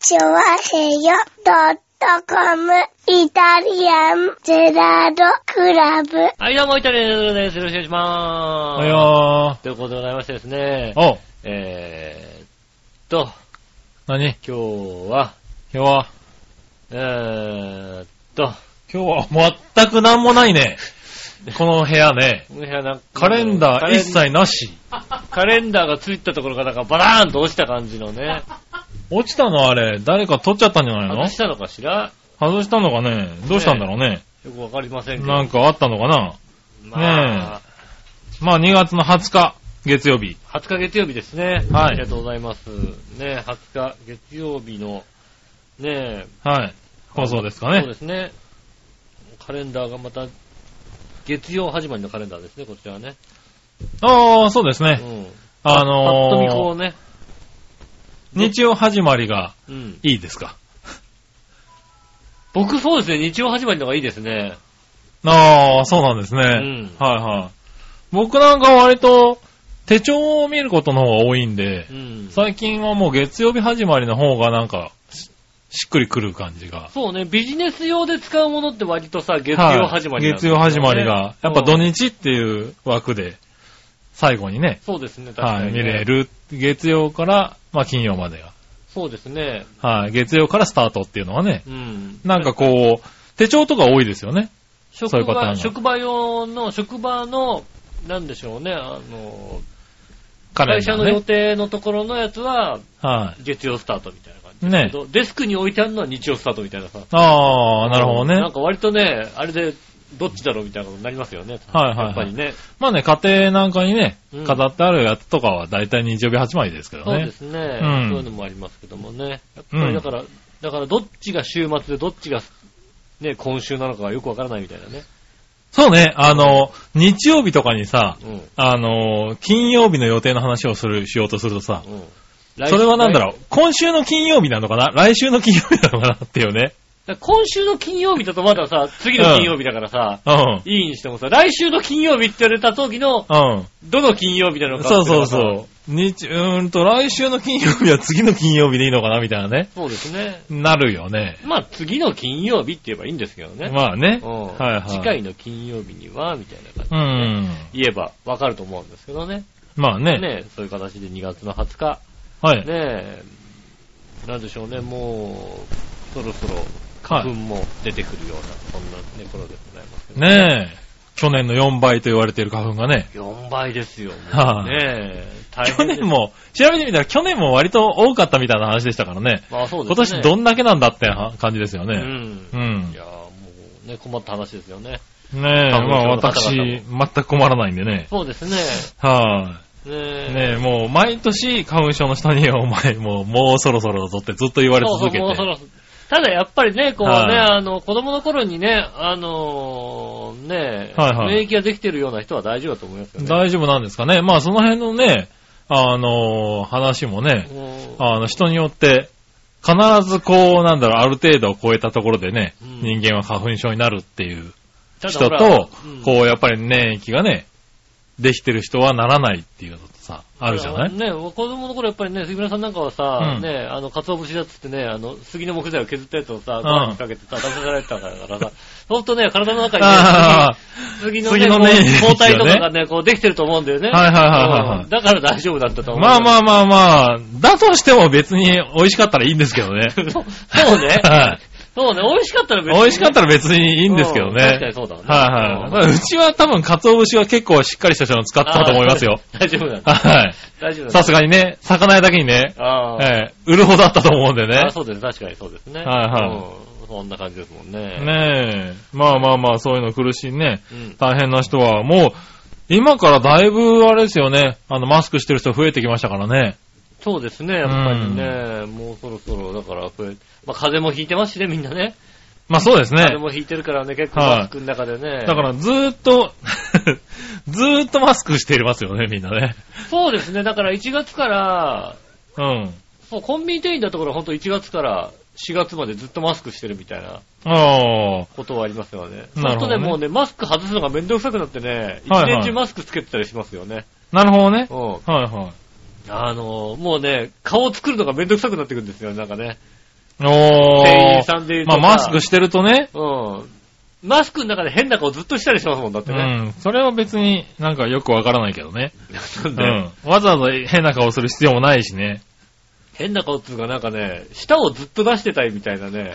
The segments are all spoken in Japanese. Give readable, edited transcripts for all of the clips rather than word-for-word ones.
チョワヘヨ.com イタリアンゼラードクラブ。 はい、どうも、イタリアンゼラードです。よろしくお願いしまーす。 はいよということでございましてですね。 お何今日は、 今日は全くなんもないね。この部屋ね。 この部屋なんかカレンダー一切なし。 カレンダーがついたところがなんかバラーンと落ちた感じのね。 落ちたのあれ、誰か取っちゃったんじゃないの？ 外したのかしら？ 外したのかね。どうしたんだろうね。 よくわかりませんけど。 なんかあったのかな。 まあ、 まあ2月の20日、月曜日。 20日月曜日ですね。 はい。 ありがとうございます。ね、20日月曜日の、ね、 はい。放送ですかね。 そうですね。カレンダーがまた、月曜始まりのカレンダーですね、こちらはね。 ああ、そうですね。 パッと見こうね。 日曜始まりがいいですか？ 僕そうですね、日曜始まりのがいいですね。 ああ、そうなんですね。はいはい。僕なんか割と手帳を見ることの方が多いんで、最近はもう月曜日始まりの方がなんかしっくりくる感じが。 そうね、ビジネス用で使うものって割とさ、月曜始まりなんですよね。 月曜始まりが、やっぱ土日っていう枠で最後にね。 そうですね、確かに、ね。 見れる。月曜から、まあ金曜までが。 そうですね。 はい、月曜からスタートっていうのはね。なんかこう、手帳とか多いですよね。そういうパターンが。 職場の、なんでしょうね、会社の予定のところのやつは、月曜スタートみたいな感じですけど、デスクに置いてあるのは日曜スタートみたいなさ。 ああ、なるほどね。 なんか割とね、あれで、どっちだろうみたいなことになりますよね。 はいはい、はい。 やっぱりね。 まあね、家庭なんかにね、飾ってあるやつとかは大体日曜日始まりですけどね。 そうですね。そういうのもありますけどもね。やっぱりだからどっちが週末でどっちがね、今週なのかがよくわからないみたいなね。 そうね、日曜日とかにさ、金曜日の予定の話をしようとするとさ、それはなんだろう、今週の金曜日なのかな？来週の金曜日なのかなっていうね。 今週の金曜日だとまださ、次の金曜日だからさ、いいにしてもさ、来週の金曜日って言われた時の、どの金曜日なのかっていうのがそう。来週の金曜日は次の金曜日でいいのかなみたいなね。 そうですね。 なるよね。 まあ次の金曜日って言えばいいんですけどね。 まあね。 はいはい。次回の金曜日には、みたいな感じで、言えばわかると思うんですけどね。 まあね。 ね、そういう形で2月の20日。 はい。 ね、なんでしょうね、もう、そろそろ、花粉も出てくるような、そんなね、頃でございますけどねえ。去年の4倍と言われている花粉がね。 4倍ですよ。ねえ。去年も、調べてみたら去年も割と多かったみたいな話でしたからね。 まあそうですね。 今年どんだけなんだって感じですよね。 いやもうね、困った話ですよね。 ねえ、まあ私、全く困らないんでね。 そうですね。 ねえ、もう毎年花粉症の人にお前もうそろそろだぞってずっと言われ続けて。 もうそろそろ。ただやっぱりね、こうね、子供の頃にね、免疫ができてるような人は大丈夫だと思いますよね。 大丈夫なんですかね。まあその辺のね、話もね、人によって、必ずこう、ある程度を超えたところでね、人間は花粉症になるっていう人と、こう、やっぱり免疫がね、できてる人はならないっていうのとさ、あるじゃないね、子供の頃やっぱりね、杉村さんなんかはさ、ね、鰹節だっつってね、杉の木材を削ったやつをさ、ご飯にかけてさ、食べされてたからさ、ほんとね、体の中にね、杉のね、抗体とかがね、こうできてると思うんだよね。 はい。 だから大丈夫だったと思う。 まあ、だとしても別に美味しかったらいいんですけどね。 そうね。そうね、美味しかったら別に、 美味しかったら別にいいんですけどね。 確かにそうだね。 はい。うちは多分、鰹節は結構しっかりした人の使ったと思いますよ。 大丈夫だ。 はい。 大丈夫だ。 さすがにね、魚屋だけにね、売るほどだったと思うんでね。 そうです、確かにそうですね。そんな感じですもんね。 ねえ。まあ、そういうの苦しいね。大変な人は、もう、今からだいぶ、あれですよね、マスクしてる人増えてきましたからね。 そうですね、やっぱりね、もうそろそろ、だからまあ、風邪もひいてますしね、みんなね。 まあそうですね。 風邪もひいてるからね、結構マスクの中でね。 だからずーっとマスクしていますよね、みんなね。 そうですね、だから1月から、そう、コンビニ店員だところほんと1月から4月までずっとマスクしてるみたいなことはありますよね。ほんとね、もうね、マスク外すのがめんどくさくなってね、一年中マスクつけてたりしますよね。 なるほどね。もうね、顔を作るのがめんどくさくなってくるんですよ、なんかね。 店員さんで言うとまあマスクしてるとね。 うん。マスクの中で変な顔ずっとしたりしますもんだってね。 うん。それは別になんかよくわからないけどね。うん。わざわざ変な顔する必要もないしね。 変な顔っていうかなんかね、舌をずっと出してたいみたいなね。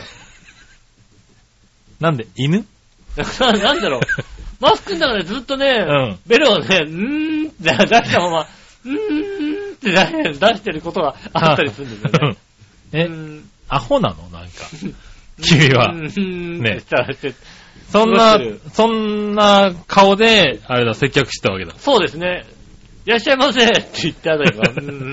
なんで犬なんだろう。マスクの中でずっとね、ベルをね、って出したまま、って出してることがあったりするんですよね。 アホなのなんか。君は。ね。そんな顔で、あれだ、接客してたわけだ。 そうですね。いらっしゃいませって言ってあたりが、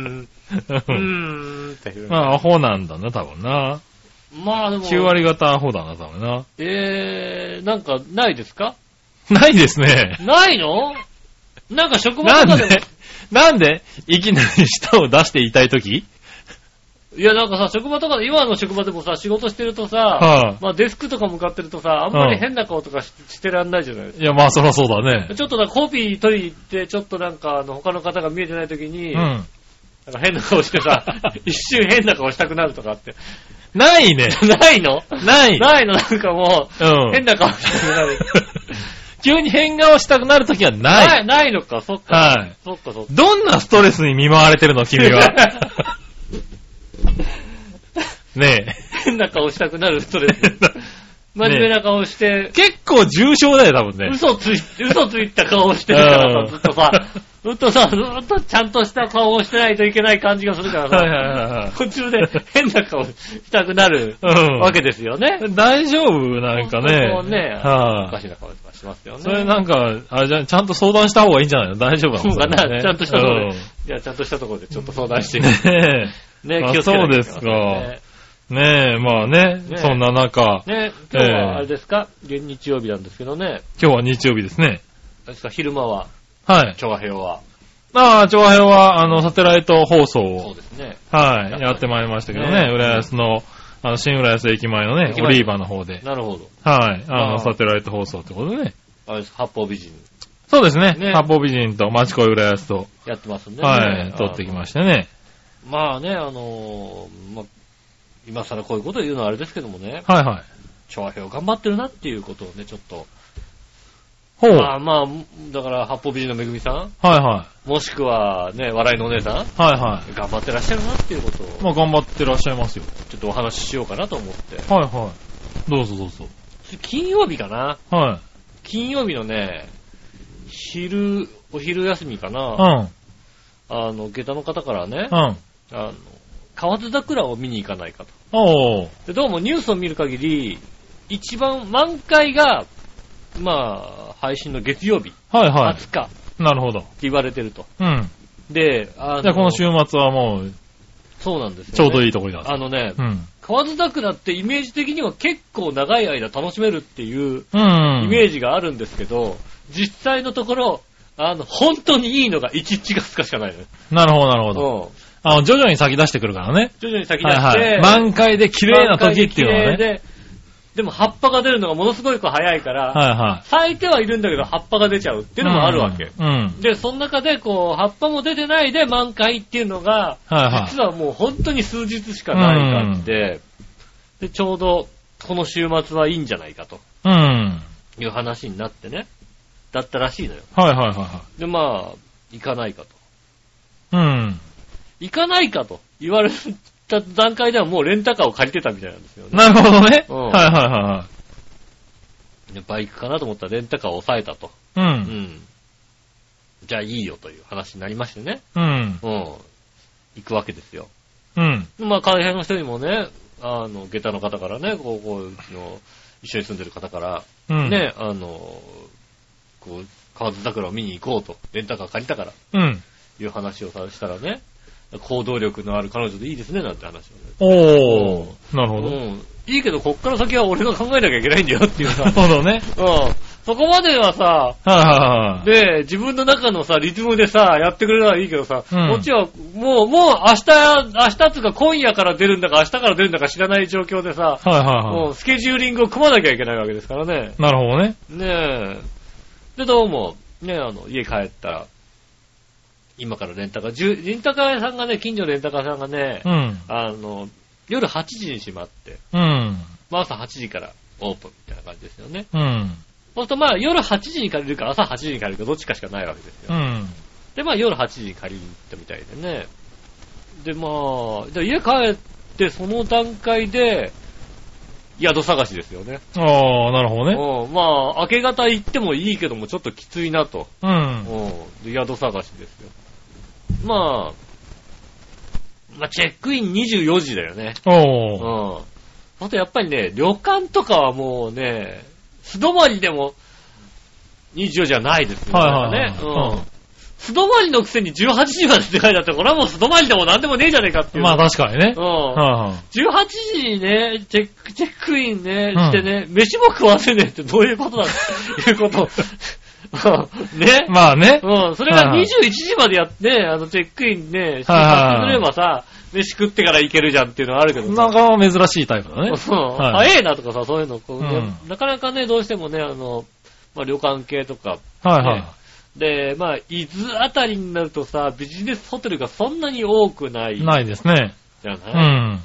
ってまあ、アホなんだな、多分な。 まあでも。 9割方アホだな、多分な。 なんか、ないですか？ ないですね。 ないの？なんか職場とかでも。 なんでいきなり舌を出していたいとき？ いや、なんかさ、職場とかで、今の職場でもさ、仕事してるとさ、まあデスクとか向かってるとさ、あんまり変な顔とかしてらんないじゃないですか。 いや、まあそらそうだね。 ちょっとコピー取り行って、ちょっとなんか、他の方が見えてないときに、なんか変な顔してさ、一瞬変な顔したくなるとかって。 ないね。 ないの？ ないのなんかもう、変な顔したくなる。 急に変顔したくなるときはない。 ないのか、そっか。 はい。 そっか。 どんなストレスに見舞われてるの、君は。ねえ。 変な顔したくなるストレス。真面目な顔して。 結構重症だよ、多分ね。 嘘ついた顔してるからさ、ずっとさ、ずっとちゃんとした顔をしてないといけない感じがするからさ、途中で変な顔したくなるわけですよね。 大丈夫なんかね。 そうね、おかしな顔とかしますよね。 それなんか、じゃあちゃんと相談した方がいいんじゃないの？大丈夫なの？ そうかな、ちゃんとしたところで。じゃあちゃんとしたところでちょっと相談してみて。ね、気をつけて。 そうですか。ねえ、まあね、そんな中。 ね、今日はあれですか、日曜日なんですけどね。 今日は日曜日ですね。 ですか、昼間は。 はい。 調和平は。 調和平は、サテライト放送を。 そうですね。 はい。やってまいりましたけどね。浦安の、新浦安駅前のね、オリーバーの方で。 なるほど。 はい。サテライト放送ってことでね。 あれです、八方美人。 そうですね。八方美人と町恋浦安と。 やってますね。 はい。撮ってきましたね。 まあね、今更こういうことを言うのはあれですけどもね。 はいはい。 調和平頑張ってるなっていうことをね、ちょっと。 ほう。 まあ、だから、八方美人のめぐみさん。 はいはい。 もしくはね、笑いのお姉さん。 はいはい。 頑張ってらっしゃるなっていうことを。 まあ頑張ってらっしゃいますよ。 ちょっとお話ししようかなと思って。 はいはい。どうぞどうぞ。 金曜日かな。 はい。 金曜日のね、お昼休みかな。下駄の方からね。河津桜を見に行かないかと。で、どうもニュースを見る限り、一番満開が、まあ、配信の月曜日。 はいはい。 20日。 なるほど。 って言われてると。 うん。 で、 じゃあこの週末はもう、 そうなんですよ、ね。 ちょうどいいところになる。河津桜ってイメージ的には結構長い間楽しめるっていうイメージがあるんですけど、実際のところ、本当にいいのが1月しかないのよ。 なるほどなるほど。徐々に先出してくるからね。 徐々に先出して、 満開で綺麗な時っていうのはね。 でも葉っぱが出るのがものすごい早いから、咲いてはいるんだけど葉っぱが出ちゃうっていうのもあるわけ。で、その中で葉っぱも出てないで満開っていうのが、実はもう本当に数日しかないかって、で、ちょうどこの週末はいいんじゃないかと。いう話になってね。だったらしいのよ。で、まあ、行かないかと。行かないかと言われた段階ではもうレンタカーを借りてたみたいなんですよね。 なるほどね。 で、バイクかなと思ったらレンタカーを抑えたと。じゃあいいよという話になりましてね。行くわけですよ。まあ、会社の人にもね、下駄の方からね、うちの一緒に住んでる方から、ね、河津桜を見に行こうと、レンタカー借りたから、いう話をしたらね、行動力のある彼女でいいですね、なんて話をね。なるほど。 いいけど、こっから先は俺が考えなきゃいけないんだよっていうさ。 なるほどね。 そこまではさ、で、自分の中のさ、リズムでさ、やってくれるのはいいけどさ、こっちは、もう明日つか今夜から出るんだか明日から出るんだか知らない状況でさ、もうスケジューリングを組まなきゃいけないわけですからね。 なるほどね。 ねえ。で、どうも、ね、家帰ったら、今からレンタカー屋さんがね、近所のレンタカー屋さんがね、 夜8時に閉まって、 うん。 まあ朝8時からオープンみたいな感じですよね。 うん。 そうするとまあ夜8時に借りるか朝8時に借りるかどっちかしかないわけですよ。 うん。 でまあ夜8時に借りに行ったみたいでね。でまあ、家帰ってその段階で、宿探しですよね。 ああ、なるほどね。 まあ、明け方行ってもいいけども、ちょっときついなと。 うん。 で宿探しですよ。まあ、チェックイン24時だよね。あとやっぱりね、旅館とかはもうね、素泊まりでも24時はないですよね。はいはい。素泊まりのくせに18時までって書いてあって、これはもう素泊まりでもなんでもねえじゃねえかっていう。 まあ確かにね。 18時にね、チェックインね、してね、飯も食わせねえってどういうことだっていうこと。ね。 まあね。 それが21時までやって、チェックインね、出発すればさ、飯食ってから行けるじゃんっていうのはあるけどなかなか珍しいタイプだね。 早いなとかさ、そういうの、なかなかね、どうしてもね、まあ旅館系とか、 はいはい。 で、まあ、伊豆あたりになるとさ、ビジネスホテルがそんなに多くない。 ないですね。 じゃない。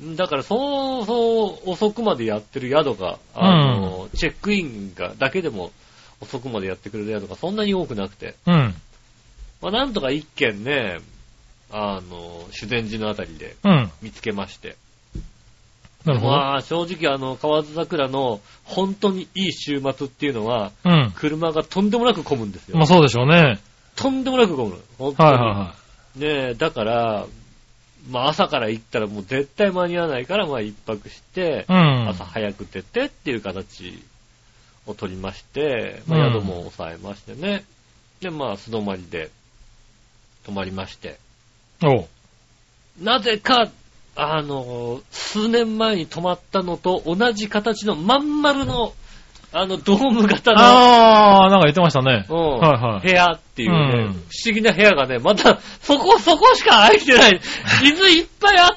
だから、そう遅くまでやってる宿が、チェックインだけでも遅くまでやってくれる宿がそんなに多くなくて。まあ、なんとか一軒ね、修善寺のあたりで見つけまして。なるほど。まあ、正直河津桜の本当にいい週末っていうのは、車がとんでもなく混むんですよ。 まあそうでしょうね。 とんでもなく混む。本当に。ねえ、だから、まあ朝から行ったらもう絶対間に合わないから、まあ一泊して、朝早く出てっていう形を取りまして、まあ宿も抑えましてね。で、まあ素泊まりで泊まりまして。なぜか、数年前に泊まったのと同じ形のまん丸の、ドーム型の。 なんか言ってましたね。 部屋っていうね、不思議な部屋がね、また、そこしか空いてない。水いっぱいあって。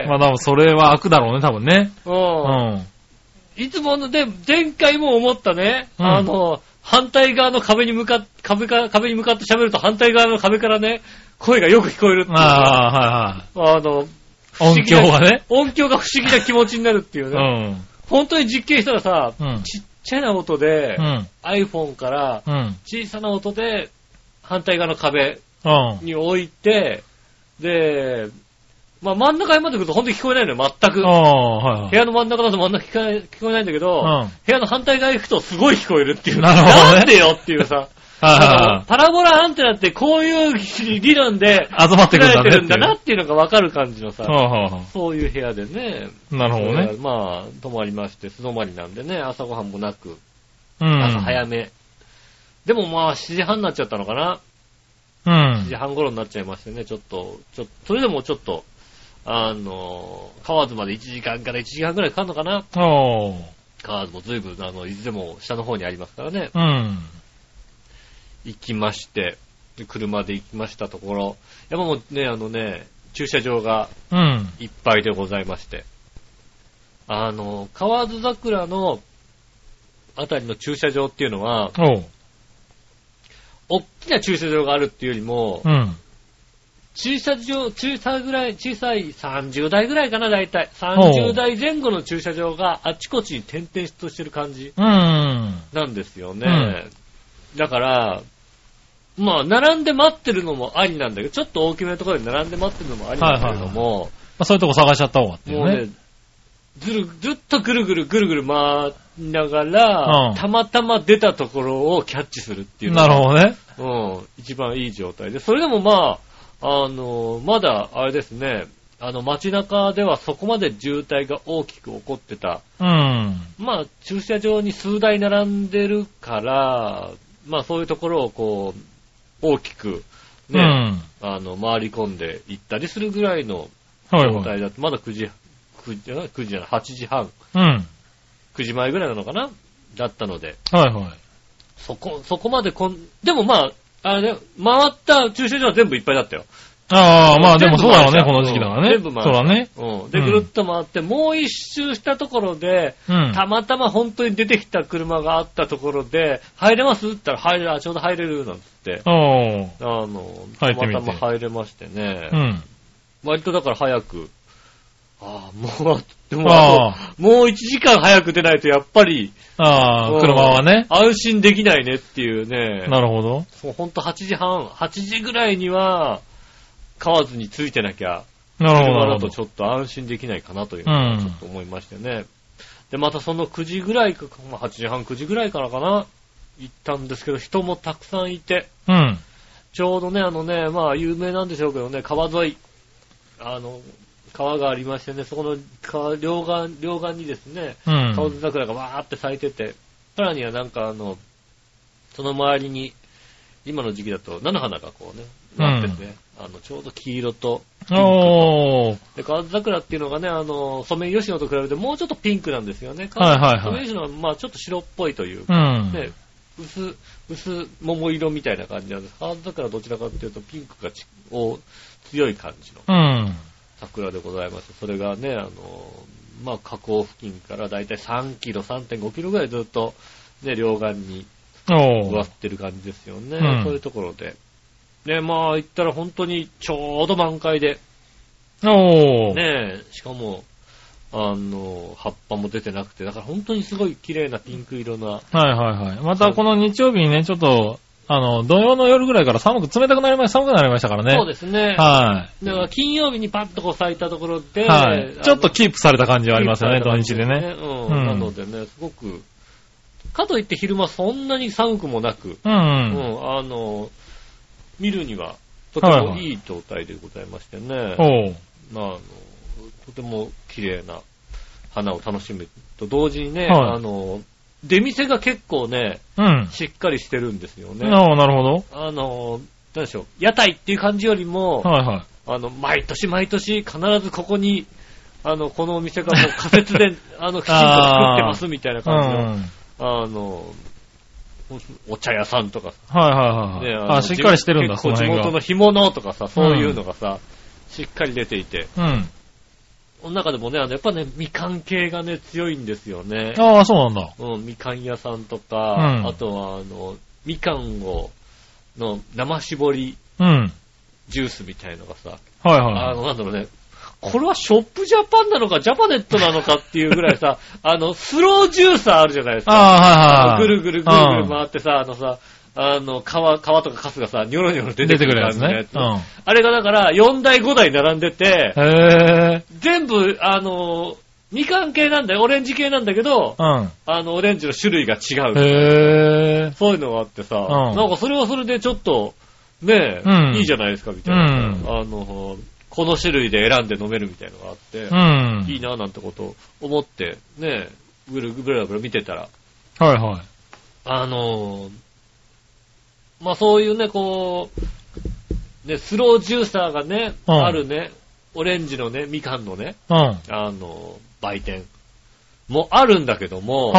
まあ多分それは開くだろうね、多分ね。 いつもので、前回も思ったね、反対側の壁に向かって喋ると反対側の壁からね、声がよく聞こえるっていう。 音響がね。 音響が不思議な気持ちになるっていうね。本当に実験したらさ、ちっちゃな音で、iPhone から小さな音で反対側の壁に置いて、で、まあ真ん中まで来ると本当に聞こえないのよ、全く。部屋の真ん中だと真ん中聞こえないんだけど、部屋の反対側行くとすごい聞こえるっていう。なんでよっていうさ。パラボラアンテナってこういう理論で集まってくるんだなっていうのがわかる感じのさ、そういう部屋でね。 なるほどね。 まあ、泊まりまして、素泊まりなんでね、朝ごはんもなく、朝早め。でもまあ、7時半になっちゃったのかな。7時半頃になっちゃいましてね、ちょっと、それでもちょっと、河津まで1時間から1時間くらいかかるのかな。河津も随分、いつでも下の方にありますからね。行きまして、車で行きましたところ、やっぱもうね、駐車場がいっぱいでございまして、河津桜のあたりの駐車場っていうのは、大きな駐車場があるっていうよりも、小さい30台ぐらいかな、だいたい。30台前後の駐車場があちこちに点々としてる感じなんですよね。だから、まあ、並んで待ってるのもありなんだけど、ちょっと大きめのところで並んで待ってるのもありなんだけども、 そういうとこ探しちゃった方がっていうね。もうね、 ずっとぐるぐる回りながら、たまたま出たところをキャッチするっていうのが。 なるほどね。一番いい状態で。それでもまあ、まだ、あれですね、街中ではそこまで渋滞が大きく起こってた。まあ、駐車場に数台並んでるから、まあそういうところをこう、大きくね、回り込んで行ったりするぐらいの状態だと、まだ8時半、9時前ぐらいなのかなだったので、そこまででもまあ、あれね、回った駐車場は全部いっぱいだったよ。 まあでもそうだろうね、この時期だからね。 全部回った。 そうだね。 で、ぐるっと回って、もう一周したところで、たまたま本当に出てきた車があったところで、入れますって言ったら、ちょうど入れるなんつって。たまたま入れましてね。割とだから早く、 でももう1時間早く出ないとやっぱり、 車はね。 安心できないねっていうね。 なるほど。 そう、ほんと8時ぐらいには、河津に着いてなきゃ、 なるほど。 車だとちょっと安心できないかなというのをちょっと思いましてね。で、またその9時ぐらいか、8時半9時ぐらいからかな、行ったんですけど、人もたくさんいて、ちょうどね、有名なんでしょうけどね、川沿い、川がありましてね、そこの両岸にですね、河津桜がわーって咲いてて、さらにはその周りに、今の時期だと菜の花がこうね、なってて、ちょうど黄色とピンクと。で、河津桜っていうのがね、ソメイヨシノと比べてもうちょっとピンクなんですよね。ソメイヨシノはちょっと白っぽいというか、ね、薄桃色みたいな感じなんです。河津桜はどちらかというとピンクが強い感じの桜でございます。それがね、河口付近からだいたい3キロ、3.5 キロぐらいずっと、ね、両岸に植わってる感じですよね。そういうところで。で、行ったら本当にちょうど満開で。ね、しかも、葉っぱも出てなくて、だから本当にすごい綺麗なピンク色な。またこの日曜日にね、ちょっと、土曜の夜ぐらいから冷たくなりましたからね。 そうですね。だから金曜日にパッとこう咲いたところで、 ちょっとキープされた感じはありますよね、土日でね。 なのでね、すごく、かといって昼間そんなに寒くもなく、見るにはとてもいい状態でございましてね。とても綺麗な花を楽しむと同時にね、出店が結構ね、しっかりしてるんですよね。 なるほど。 なんでしょう、屋台っていう感じよりも、毎年必ずここに、このお店がもう仮設で、きちんと作ってますみたいな感じの、お茶屋さんとかさ。しっかりしてるんだ、 結構地元の干物とかさ、そういうのがさ、しっかり出ていて。この中でもね、やっぱね、みかん系がね、強いんですよね。 そうなんだ。 みかん屋さんとか、あとは、みかんの生搾り、ジュースみたいのがさ、なんだろうね、これはショップジャパンなのか、ジャパネットなのかっていうぐらいさ、スロージューサーあるじゃないですか。ぐるぐる回ってさ、川とかカスがさ、ニョロニョロ出てくるやつね。あれがだから、4台5台並んでて、全部、みかん系なんだよ、オレンジ系なんだけど、オレンジの種類が違う。そういうのがあってさ、なんかそれはそれでちょっと、ねえ、いいじゃないですか、みたいな。この種類で選んで飲めるみたいなのがあって、いいななんてことを思って、ねえ、ぐるぐるぐる見てたら、そういうね、こう、ね、スロージューサーがね、あるね、オレンジのね、みかんのね、売店もあるんだけども、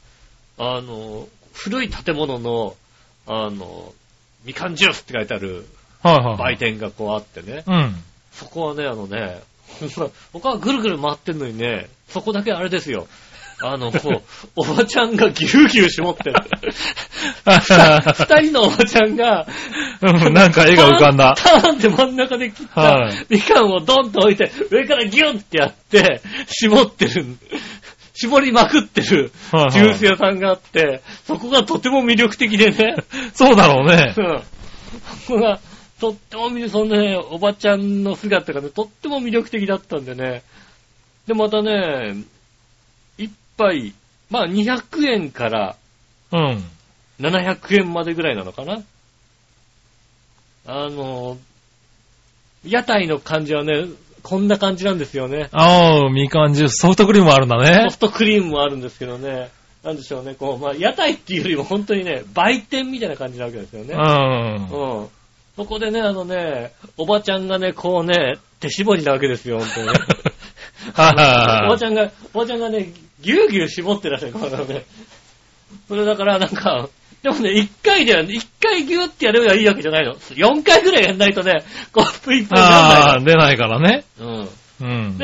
古い建物の、みかんジュースって書いてある、売店がこうあってね、そこはね、他はぐるぐる回ってんのにね、そこだけあれですよ。おばちゃんがぎゅうぎゅう絞ってる。二人のおばちゃんが、 なんか絵が浮かんだ。 ターンで真ん中で切ったみかんをドンと置いて、上からギュンってやって、絞りまくってるジュース屋さんがあって、そこがとても魅力的でね。 そうだろうね。 そこが、とってもそのね、おばちゃんの姿がね、とっても魅力的だったんでね。で、またね、一杯、200円から、700円までぐらいなのかな。屋台の感じはね、こんな感じなんですよね。 みかんジュース、ソフトクリームもあるんだね。 ソフトクリームもあるんですけどね。なんでしょうね、こう、屋台っていうよりも本当にね、売店みたいな感じなわけですよね。そこでね、おばちゃんがね、こうね、手絞りなわけですよ、本当にね。おばちゃんがね、ぎゅうぎゅう絞ってらっしゃるからね。それだからなんか、でもね、1回ぎゅーってやればいいわけじゃないの。4回ぐらいやんないとね、コップ1杯出ないからね。 で、で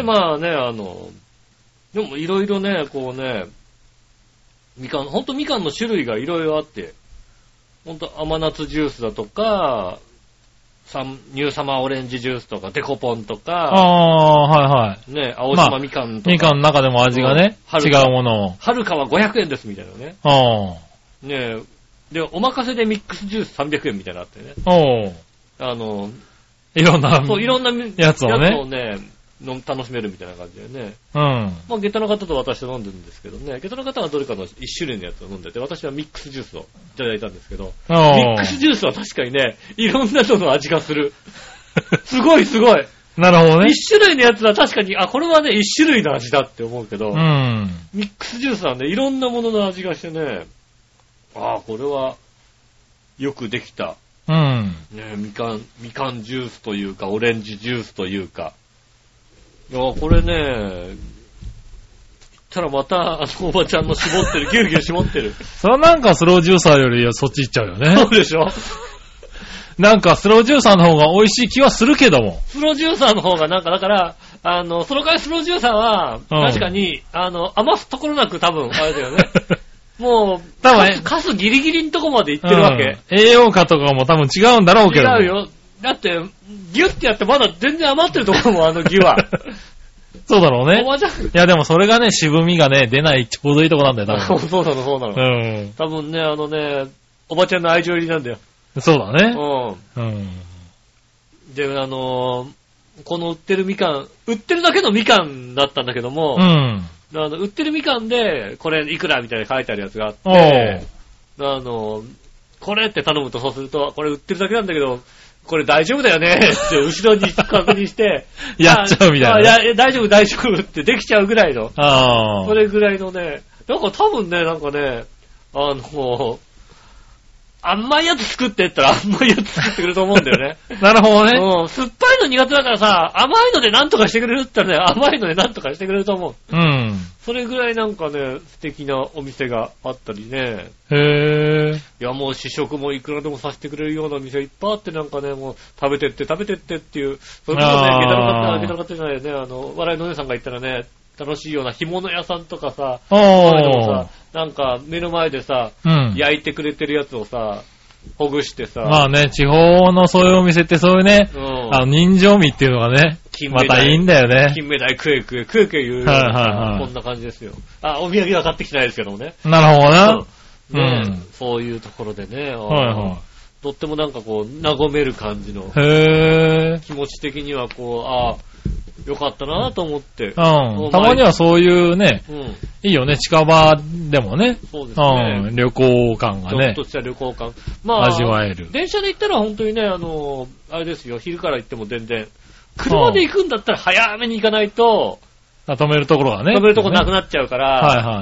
もいろいろね、こうね、ほんとみかんの種類がいろいろあって、ほんと甘夏ジュースだとか、 ニューサマーオレンジジュースとか、デコポンとか、 はいはい。 ね、青島みかんとか。 みかんの中でも味がね、違うものを。 はるかは500円ですみたいなね。ねで、お任せでミックスジュース300円みたいなのあってね。いろんなやつをね、楽しめるみたいな感じでね。まあ、下駄の方と私と飲んでるんですけどね。下駄の方はどれかの一種類のやつを飲んでて、私はミックスジュースをいただいたんですけど、ミックスジュースは確かにね、いろんなの味がする。すごいすごい。 なるほどね。 一種類のやつは確かに、これはね、一種類の味だって思うけど、ミックスジュースはね、いろんなものの味がしてね、これは、よくできた。ね、みかんジュースというか、オレンジジュースというか。いや、これね、言ったらまた、おばちゃんの絞ってる、ギュウギュウ絞ってる。 それはなんかスロージューサーよりそっち行っちゃうよね。 そうでしょなんかスロージューサーの方が美味しい気はするけども。 スロージューサーの方がなんか、だから、その代わりスロージューサーは、確かに、余すところなく多分、あれだよね。もう、多分、カスギリギリのとこまで行ってるわけ。 栄養価とかも多分違うんだろうけど。 違うよ。だって、ギュッてやってまだ全然余ってるところもギュは。 そうだろうね。いやでもそれがね、渋みがね、出ないちょうどいいとこなんだよ、多分。 そうなの。多分ね、おばちゃんの愛情入りなんだよ。 そうだね。 で、この売ってるだけのみかんだったんだけども、売ってるみかんで、これいくらみたいに書いてあるやつがあって、これって頼むとそうすると、これ売ってるだけなんだけど、これ大丈夫だよねって後ろに確認して、 やっちゃうみたいな。 大丈夫ってできちゃうぐらいの。それぐらいのね、なんか多分ね、甘いやつ作ってったら甘いやつ作ってくれると思うんだよね。 なるほどね。 酸っぱいの苦手だからさ、甘いので何とかしてくれるって言ったらね、甘いので何とかしてくれると思う。それぐらいなんかね、素敵なお店があったりね。いやもう試食もいくらでもさせてくれるような店いっぱいあってなんかね、もう食べてってっていう。それこそね、下駄の方じゃないよね、笑いのお姉さんが言ったらね、楽しいような干物屋さんとかさ、なんか目の前でさ、焼いてくれてるやつをさ、ほぐしてさ。まあね、 地方のそういうお店ってそういうね、人情味っていうのがね、またいいんだよね。 金目鯛食え言うような、こんな感じですよ。お土産は買ってきてないですけどもね。 なるほどな。 そういうところでね、とってもなんかこう、和める感じの。気持ち的にはこう、よかったなと思って。たまにはそういうね、いいよね、近場でもね。 そうですね。 旅行感がね。 ちょっとした旅行感。 味わえる。 電車で行ったら本当にね、あれですよ、昼から行っても全然。車で行くんだったら早めに行かないと、 止めるところがね。 止めるところなくなっちゃうから、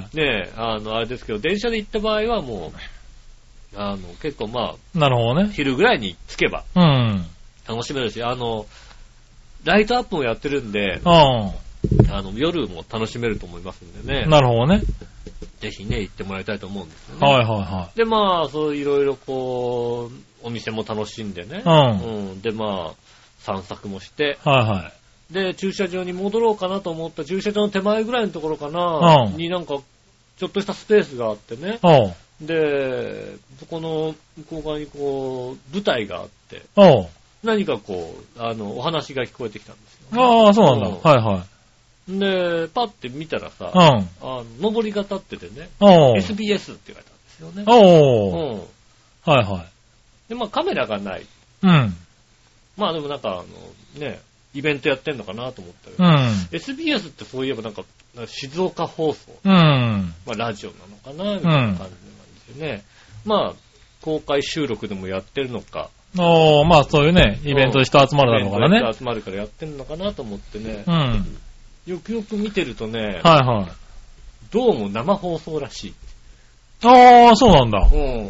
ね、あれですけど、電車で行った場合はもう、結構なるほどね。 昼ぐらいに着けば、楽しめるし、ライトアップもやってるんで、夜も楽しめると思いますんでね。 なるほどね。 ぜひね、行ってもらいたいと思うんですよね。で、そういろいろこう、お店も楽しんでね。で、散策もして、で、駐車場に戻ろうかなと思った駐車場の手前ぐらいのところかな、になんか、ちょっとしたスペースがあってね。で、そこの向こう側にこう、舞台があって、何かこう、お話が聞こえてきたんですよ。 そうなんだ。 で、パッて見たらさ、上りが立っててね、SBS って書いてあるんですよね。で、カメラがない。でもなんか、イベントやってんのかなと思ったら、SBS ってそういえばなんか、静岡放送。ラジオなのかなみたいな感じなんですよね。公開収録でもやってるのか。 そういうね、イベントで人集まるだろうからね。 人集まるからやってんのかなと思ってね。よくよく見てるとね、どうも生放送らしい。 そうなんだ。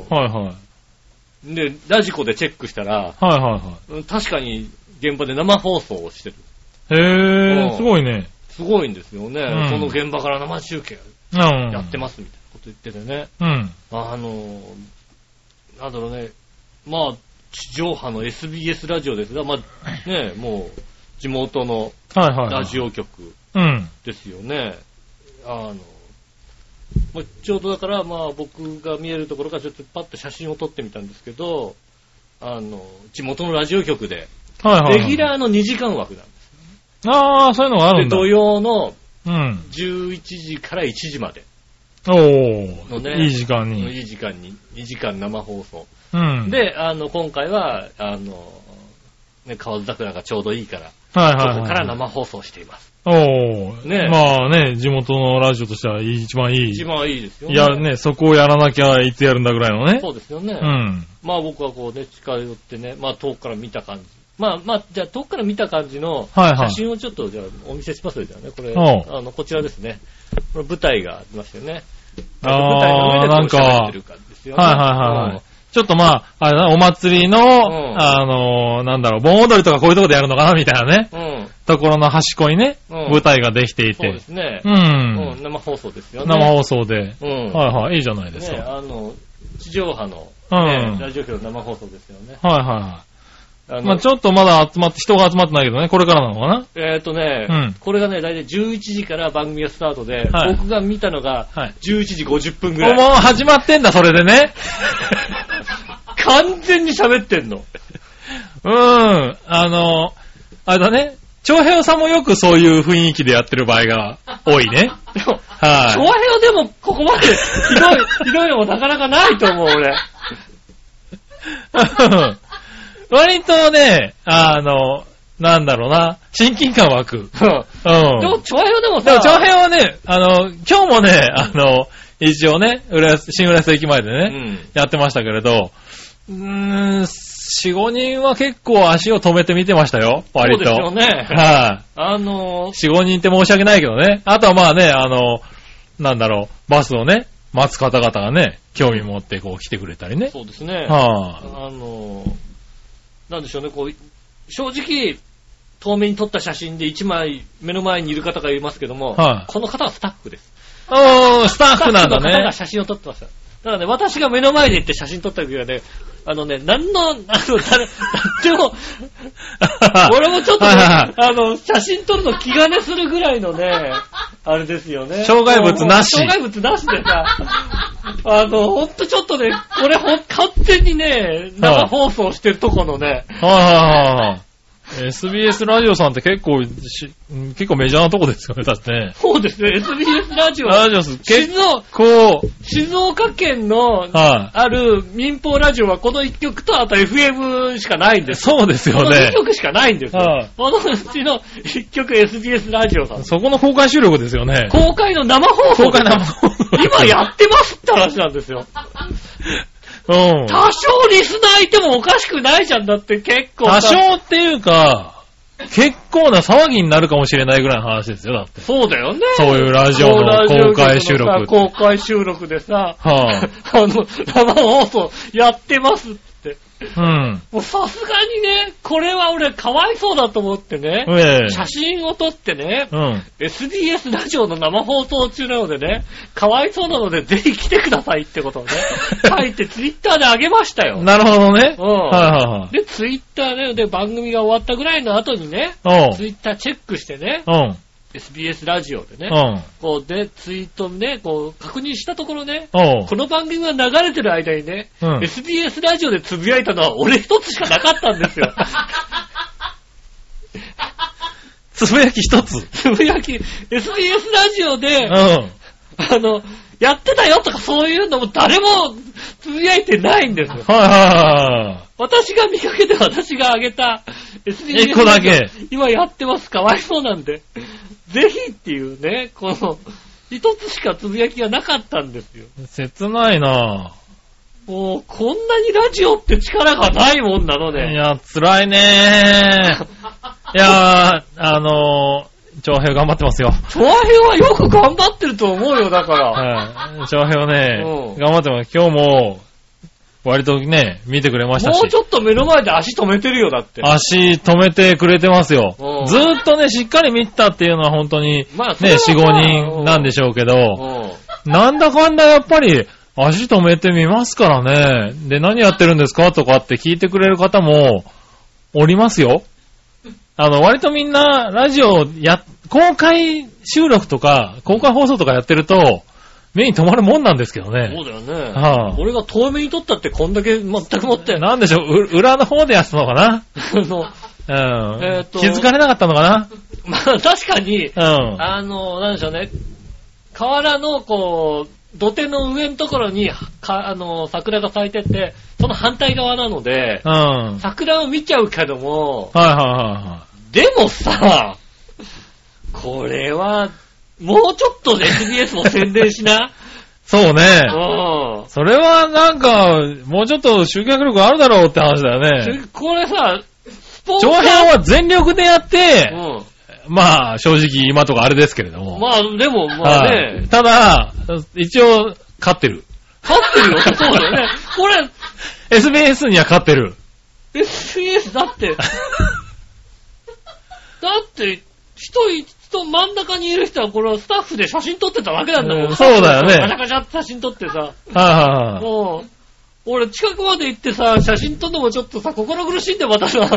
で、ラジコでチェックしたら、確かに現場で生放送をしてる。 すごいね。 すごいんですよね。その現場から生中継やってますみたいなこと言っててね。なんだろうね。地上波の SBS ラジオですが、もう、地元のラジオ局ですよね。ちょうどだから、僕が見えるところからちょっとパッと写真を撮ってみたんですけど、 地元のラジオ局で、 はいはいはい、 レギュラーの2時間枠なんです。 ああ、そういうのがあるんだ。 で、土曜の 11 時から1時まで。 おー、ね、いい時間に。 いい時間に、2時間生放送。 うん。 で、今回は、ね、河津桜がちょうどいいから、 はいはいはい、 ここから生放送しています。 おー。ね。まあね、地元のラジオとしては一番いい。 一番いいですよね。 いやね、そこをやらなきゃいつやるんだぐらいのね。 そうですよね。 うん。 まあ僕はこうね、近寄ってね、まあ遠くから見た感じ。まあ、じゃあ遠くから見た感じの写真をちょっとじゃあお見せしますよ、じゃあね。これ、こちらですね。これ舞台がありますよね。舞台の上でこう喋ってる感じですよね。 はいはいはい。ちょっとまあ、あれだ、お祭りの、なんだろう、盆踊りとかこういうとこでやるのかなみたいなね。ところの端っこにね、舞台ができていて。 そうですね。生放送ですよね。 生放送で。はいはい、いいじゃないですか。 ね、地上波の、ラジオ局の生放送ですよね。 はいはい。まあちょっとまだ人が集まってないけどね、これからなのかな？ これがね、だいたい11時から番組がスタートで、僕が見たのが、11時50分ぐらい。 もう始まってんだ、それでね。 完全に喋ってんの。 あれだね、長平さんもよくそういう雰囲気でやってる場合が多いね。 長平でもここまでひどいのもなかなかないと思う、俺。 割とね、なんだろうな、親近感湧く。でも、長平でもさ、 長平はね、今日もね、一応ね、新浦安駅前でね、やってましたけれど、4、5人は結構足を止めて見てましたよ、割と。 そうですよね。 はい、4、5人って申し訳ないけどね。あとはまあね、なんだろう、バスをね、待つ方々がね、興味持ってこう来てくれたりね。 そうですね。なんでしょうね、こう、正直、遠目に撮った写真で1枚目の前にいる方がいますけども、この方はスタッフです。 スタッフなんだね。スタッフの方が写真を撮ってました。だからね、私が目の前で行って写真撮った時はね、なんでも、俺もちょっとね、写真撮るの気兼ねするぐらいのね、あれですよね。 障害物なし。 障害物なしでさ、ほんとちょっとね、これ完全にね、生放送してるとこのね。 SBS ラジオさんって結構メジャーなとこですよね、だってね。 そうですね、SBS ラジオ。静岡県の、ある民放ラジオはこの1曲と、あと FM しかないんです。 そうですよね。 この1曲しかないんですよ。このうちの1曲 SBS ラジオさん。 そこの公開収録ですよね。 公開の生放送。今やってますって話なんですよ。多少リスナーいてもおかしくないじゃん。だって結構。 多少っていうか、結構な騒ぎになるかもしれないぐらいの話ですよ、だって。 そうだよね。 そういうラジオの公開収録。 公開収録でさ、生放送やってますって。もうさすがにね、これは俺かわいそうだと思ってね、写真を撮ってね、SDS ラジオの生放送中なのでね、かわいそうなのでぜひ来てくださいってことをね、書いてツイッターであげましたよ。 なるほどね。 で、ツイッターで番組が終わったぐらいの後にね、ツイッターチェックしてね、SBS ラジオでね、こうでツイートね、こう確認したところね、この番組が流れてる間にね、SBS ラジオでつぶやいたのは俺一つしかなかったんですよ。 つぶやき一つ。 つぶやき、SBS ラジオで、やってたよとかそういうのも誰もつぶやいてないんですよ。私が見かけて私があげた SBS 一個だけ今やってます、かわいそうなんで。ぜひっていうね、この一つしかつぶやきがなかったんですよ。 切ないなぁ。 もうこんなにラジオって力がないもんなのね。 いや、辛いねー。いやー、長平頑張ってますよ。 長平はよく頑張ってると思うよ、だから。 長平はね、頑張ってます。今日も、割とね、見てくれましたし。 もうちょっと目の前で足止めてるよ、だって。 足止めてくれてますよ。ずーっとね、しっかり見たっていうのは本当に、ね、4、5人なんでしょうけど、なんだかんだやっぱり、足止めてみますからね。で、何やってるんですかとかって聞いてくれる方も、おりますよ。割とみんな、ラジオ公開収録とか、公開放送とかやってると、 目に留まるもんなんですけどね。 そうだよね。はあ、俺が遠目に撮ったってこんだけ全く持って。 なんでしょう、裏の方でやってたのかな気づかれなかったのかな。 まあ確かに、なんでしょうね。河原のこう、土手の上のところに、桜が咲いてて、その反対側なので、桜を見ちゃうけども、でもさ、これは、もうちょっと SBS も宣伝しな。 そうね。それはなんか、もうちょっと集客力あるだろうって話だよね。 これさ、 長編は全力でやって、まあ、正直今とかあれですけれども。 まあ、でも、まあね。 ただ、一応、勝ってる。 勝ってるよ。そうだよね。これ、 SBS には勝ってる。 SBS だって、人真ん中にいる人はこれはスタッフで写真撮ってたわけなんだもん。 そうだよね。 ガチャガチャって写真撮ってさ。もう、俺近くまで行ってさ、写真撮るのもちょっとさ、心苦しいんだよ、私は。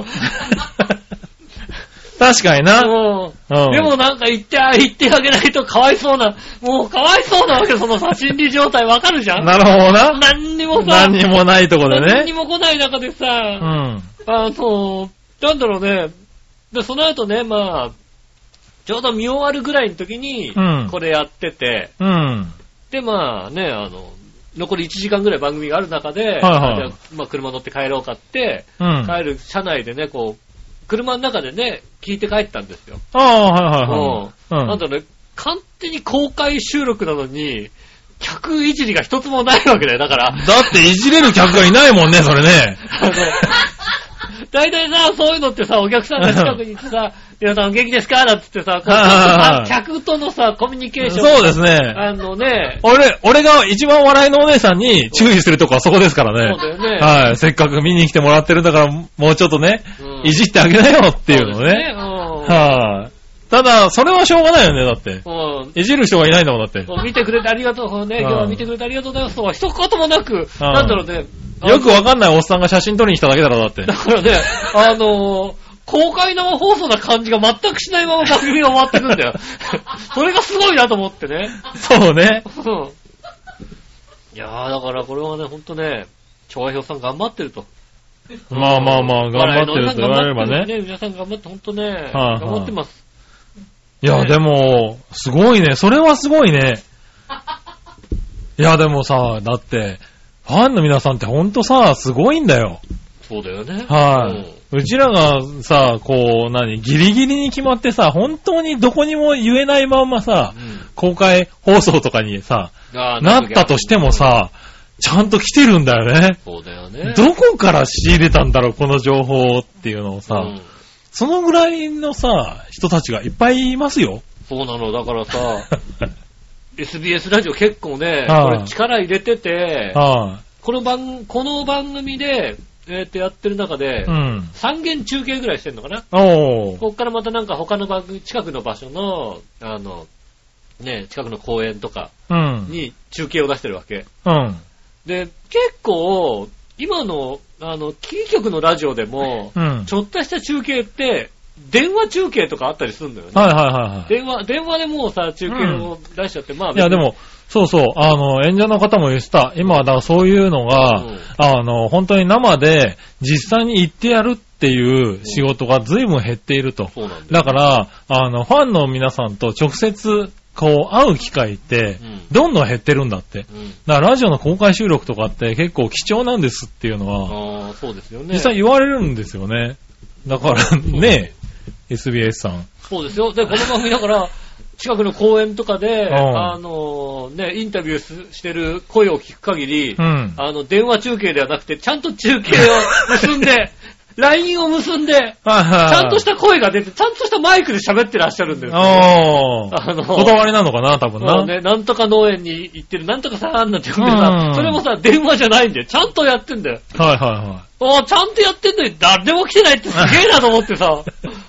確かにな。 でもなんか言ってあげないとかわいそうな、もうかわいそうなわけ、その写真理状態わかるじゃん。 なるほどな。 何にもないとこでね。 何にも来ない中でさ、なんだろうね。で、その後ね、まあ、ちょうど見終わるぐらいの時に、これやってて、で、まあね、残り1時間ぐらい番組がある中で、まあ車乗って帰ろうかって、帰る車内でね、こう、車の中でね、聞いて帰ったんですよ。なんだろうね、完全に公開収録なのに、客いじりが一つもないわけだよ、だから。 だっていじれる客がいないもんね、それね。 大体さ、そういうのってさ、お客さんが近くに行ってさ、皆さん元気ですかなんつってさ、客とのさ、コミュニケーション。 そうですね。俺が一番笑いのお姉さんに注意するとこはそこですからね。 そうだよね。 はい。せっかく見に来てもらってるんだから、もうちょっとね、いじってあげなよっていうのね。はい。ただ、それはしょうがないよね、だって。いじる人がいないんだもん、だって。 見てくれてありがとうね。今日は見てくれてありがとうございますとは一言もなく、なんだろうね。 よくわかんないおっさんが写真撮りに来ただけだろ、だって。 だからね、公開生放送な感じが全くしないまま番組が終わってくんだよ。それがすごいなと思ってね。 そうね。 いやー、だからこれはね、ほんとね、調和表さん頑張ってると。 まあ、頑張ってると言われればね。 皆さん頑張ってほんとね、頑張ってます。 いや、でも、すごいね。それはすごいね。いや、でもさ、だって、ファンの皆さんってほんとさ、すごいんだよ。 そうだよね。 うちらがさ、こう、ギリギリに決まってさ、本当にどこにも言えないまんまさ、公開放送とかにさ、なったとしてもさ、ちゃんと来てるんだよね。 そうだよね。 どこから仕入れたんだろう、この情報っていうのをさ、そのぐらいのさ、人たちがいっぱいいますよ。 そうなの、だからさ、SBS ラジオ結構ね、これ力入れてて、この番組で、やってる中で、3件中継ぐらいしてんのかな。こっからまたなんか他の番組、近くの場所の、近くの公園とかに中継を出してるわけ。で、結構、今の、キー局のラジオでも、ちょっとした中継って、電話中継とかあったりするんだよね。電話でもうさ、中継を出しちゃって、まあ。 いや、でも、そうそう、演者の方も言ってた。今はだからそういうのが、本当に生で実際に行ってやるっていう仕事が随分減っていると。だから、ファンの皆さんと直接、こう、会う機会って、どんどん減ってるんだって。だからラジオの公開収録とかって結構貴重なんですっていうのは、 そうですよね。 実際言われるんですよね。だからね、SBS さん。 そうですよ。で、この番組だから、近くの公園とかで、インタビューしてる声を聞く限り、電話中継ではなくて、ちゃんと中継を結んで、LINE を結んで、ちゃんとした声が出て、ちゃんとしたマイクで喋ってらっしゃるんですよ、ね。 こだわりなのかな、多分な。 なんとか農園に行ってる、なんとかさんなんて呼んでさ、それもさ、電話じゃないんだよ。ちゃんとやってんだよ。ちゃんとやってんのに誰でも来てないってすげえなと思ってさ。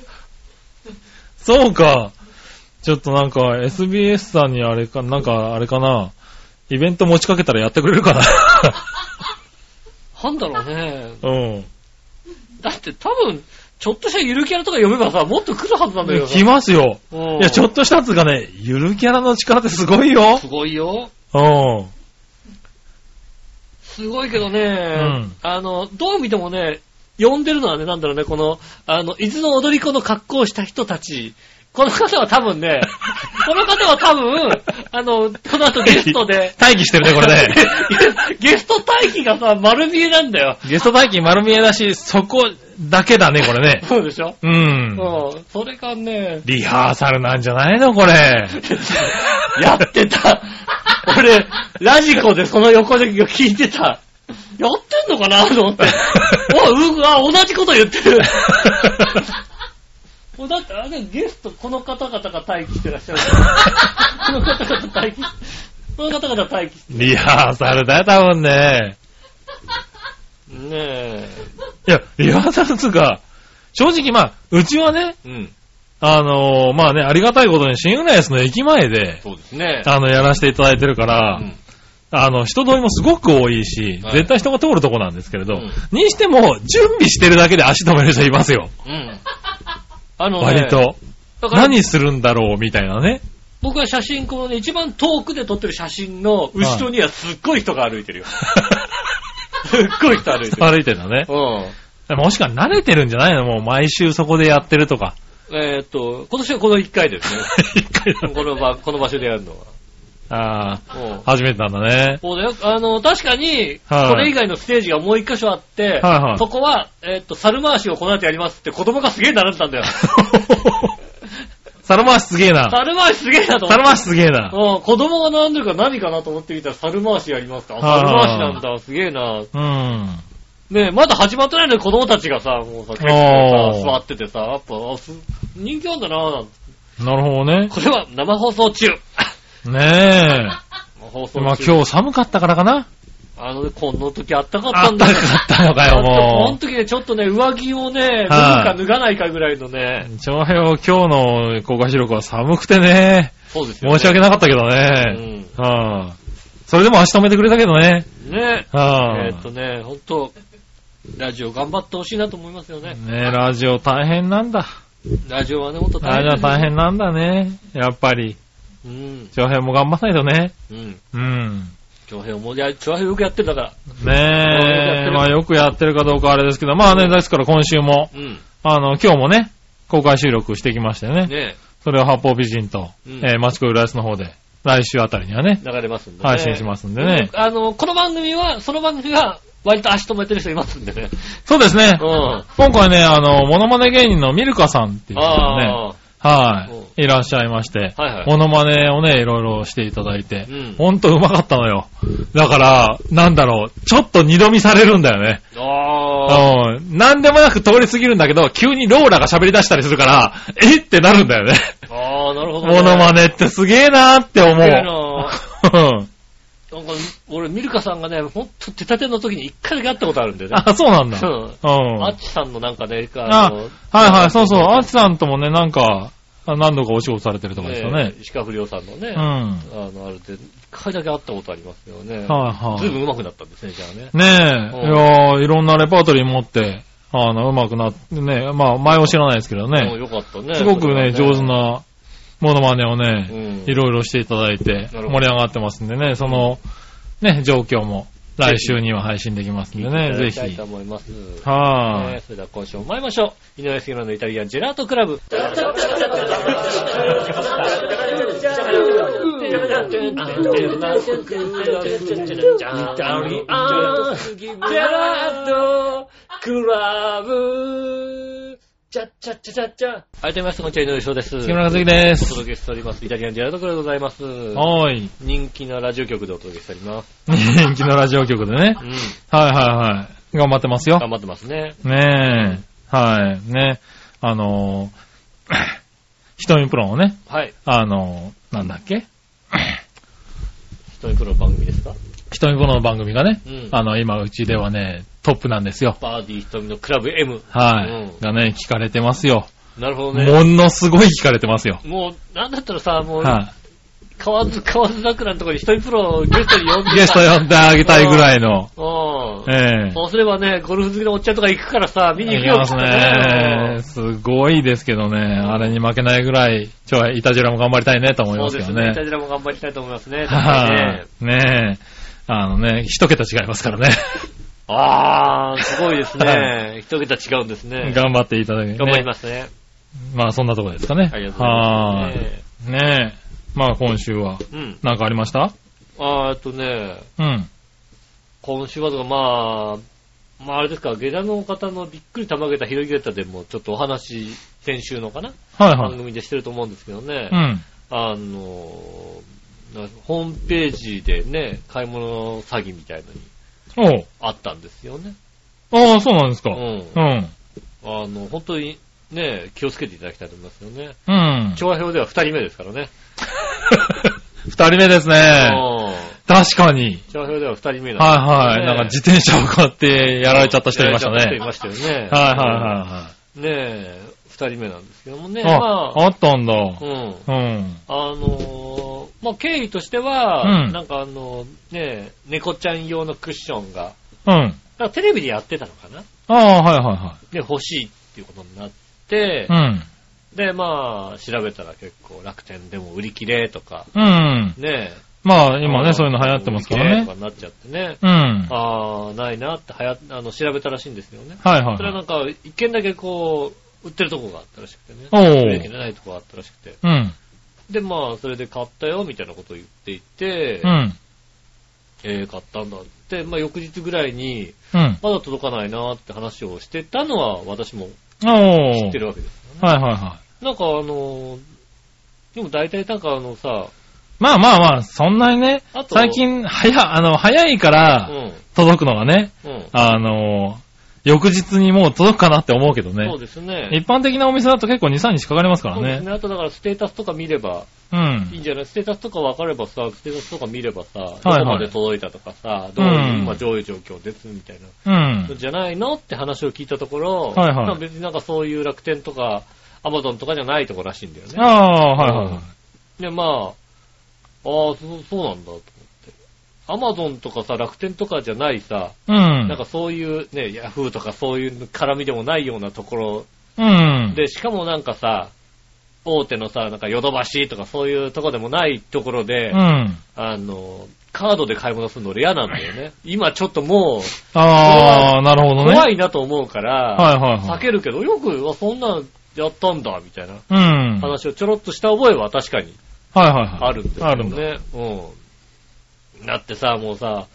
そうか。ちょっとなんか SBS さんにあれかな、イベント持ちかけたらやってくれるかな。 なんだろうね。だって多分、ちょっとしたゆるキャラとか読めばさ、もっと来るはずなんだよ。 来ますよ。いや、ちょっとしたやつがね、ゆるキャラの力ってすごいよ。 すごいよ。 すごいけどね、どう見てもね、呼んでるのはね、なんだろうね、この、伊豆の踊り子の格好をした人たち、この方は多分、この後ゲストで。 待機してるね、これね。 ゲスト待機がさ、丸見えなんだよ。 ゲスト待機丸見えだし、そこだけだね、これね。 そうでしょ？ うん。 それがね。 リハーサルなんじゃないの、これ。 やってた。俺、ラジコでその横で聞いてた。やってんのかなと思って。同じこと言ってる。だってゲスト、この方々が待機してらっしゃる。この方々待機してる。 リハーサルだよ、多分ね。 ねえ。 いや、リハーサルつうか、正直うちはね、ありがたいことに新浦安の駅前で、 そうですね。 やらせていただいてるから、人通りもすごく多いし、絶対人が通るとこなんですけれど、にしても、準備してるだけで足止める人いますよ。割と。何するんだろうみたいなね。 僕は写真、このね、一番遠くで撮ってる写真の後ろにはすっごい人が歩いてるよ。すっごい人歩いてる。 歩いてるのね。もしか慣れてるんじゃないの？もう毎週そこでやってるとか。 今年はこの1回ですね。1回だ。この場所でやるのは。 初めてなんだね。 そうだよ。確かに、これ以外のステージがもう一箇所あって、そこは、猿回しをこの後やりますって子供がすげえ習ってたんだよ。 猿回しすげえな。 猿回しすげえなと思って。 猿回しすげえな。 子供が並んでるから何かなと思ってみたら猿回しやりますか。猿回しなんだ、すげえな。ねえ、まだ始まってないのに子供たちがさ、もうさ、結構さ、座っててさ、やっぱ、人気あんだなぁ。 なるほどね。 これは生放送中。 ねえ。今日寒かったからかな。 この時あったかったんだよ。 あったかったのかよ、もう。 この時ね、ちょっとね、上着をね、脱ぐか脱がないかぐらいのね。 長平今日の公開収録は寒くてね。 そうですよね。 申し訳なかったけどね。それでも足止めてくれたけどね。 ね。ほんと、ラジオ頑張ってほしいなと思いますよね。 ね、ラジオ大変なんだ。 ラジオはね、ほんと大変。 ラジオ大変なんだね。やっぱり。長平も頑張んないとね。長平よくやってるだから。 ねえ、よくやってるかどうかあれですけど、ですから今週も、今日もね、公開収録してきましたよね。ね、それを八方美人と、マチコ浦安の方で、来週あたりにはね、 流れますんでね。 配信しますんでね。 この番組は、その番組が、割と足止めてる人いますんでね。 そうですね。今回ね、モノマネ芸人のミルカさんっていう人がね、いらっしゃいまして、モノマネをね、いろいろしていただいて、ほんとうまかったのよ。だから、ちょっと二度見されるんだよね。なんでもなく通り過ぎるんだけど、急にローラが喋り出したりするから、ってなるんだよね。 なるほど、 モノマネってすげえなーって思う。 なんか、俺、ミルカさんがね、ほんと出たての時に一回だけ会ったことあるんだよね。 そうなんだ。 アッチさんのなんかね、 そうそう、アッチさんともね、なんか、何度かお仕事されてると思うんですよね。 石川不良さんのね、あるで、一回だけ会ったことありますよね。ずいぶん上手くなったんですね、じゃあね。ねえ、いろんなレパートリー持って、上手くなってね、前を知らないですけどね。 よかったね。 すごくね、上手な、モノマネをね、いろいろしていただいて、盛り上がってますんでね、その、ね、状況も、来週には配信できますんでね、ぜひ。 いただきたいと思います。それでは今週も参りましょう。井上杉村のイタリアンジェラートクラブ。改めまして、こんにちは、井上翔です。 杉村和樹です。 お届けしております。イタリアンジェラートクラブでございます。人気のラジオ局でお届けしております。 人気のラジオ局でね。はい。頑張ってますよ。 頑張ってますね。 ねえ。はい。ね。瞳プロのね。 はい。 なんだっけ瞳プロの番組ですか？ 瞳プロの番組がね。今、うちではね、トップなんですよ。 バーディー瞳のクラブ M。 はい。がね、聞かれてますよ。 なるほどね。 ものすごい聞かれてますよ。 もう、なんだったらさ、もう、河津桜のところに瞳プロをゲストに呼んで。 ゲスト呼んであげたいぐらいの。 そうすればね、ゴルフ好きのおっちゃんとか行くからさ、見に行くよ。 行きますね。すごいですけどね、あれに負けないぐらい、イタジラも頑張りたいねと思いますけどね。そうですね、イタジラも頑張りたいと思いますね。 ねえ。一桁違いますからね。 すごいですね。一桁違うんですね。 頑張っていただけね。 頑張りますね。 まあそんなところですかね。 ありがとうございます。 ねえ。まあ今週は、なんかありました？ 今週はとか、まああれですか、下駄の方のびっくりたまげた広げたでもちょっとお話、先週のかな、番組でしてると思うんですけどね。ホームページでね、買い物詐欺みたいのにあったんですよね。 そうなんですか。 本当にね、気をつけていただきたいと思いますよね。調和表では2人目ですからね。 2人目ですね。確かに。 調和表では2人目なんです、ね。 なんか自転車を買ってやられちゃった人いましたね。 いましたよね。ねえ、2人目なんですけどもね。 あったんだ。 経緯としては、なんかね、猫ちゃん用のクッションが、テレビでやってたのかな。で、欲しいっていうことになって、で、調べたら結構楽天でも売り切れとか、ね、 今ね、そういうの流行ってますからね。 とかになっちゃってね。ないなって調べたらしいんですよね。それはなんか、一軒だけこう、売ってるとこがあったらしくてね。売り切れないとこがあったらしくて。で、それで買ったよ、みたいなことを言っていて、買ったんだって、翌日ぐらいに、まだ届かないなって話をしてたのは私も知ってるわけですよね。なんかでも大体なんかさ、 そんなにね、最近、早いから、届くのがね、翌日にもう届くかなって思うけどね。 そうですね。 一般的なお店だと結構2、3日かかりますからね。そうですね。 あとだからステータスとか見れば、いいんじゃない？ステータスとか分かればさ、ステータスとか見ればさ、どこまで届いたとかさ、どういう状況ですみたいな。じゃないのって話を聞いたところ、別になんかそういう楽天とか、アマゾンとかじゃないところらしいんだよね。で、そうなんだと思って。アマゾンとかさ、楽天とかじゃないさ、なんかそういうね、ヤフーとかそういう絡みでもないようなところ、で、しかもなんかさ、大手のさ、なんかヨドバシとかそういうとこでもないところで、カードで買い物するの俺嫌なんだよね。今ちょっともう、 なるほどね。 怖いなと思うから、避けるけど、よくそんなんやったんだ、みたいな話をちょろっとした覚えは確かにあるんですよね。だってさ、もうさ、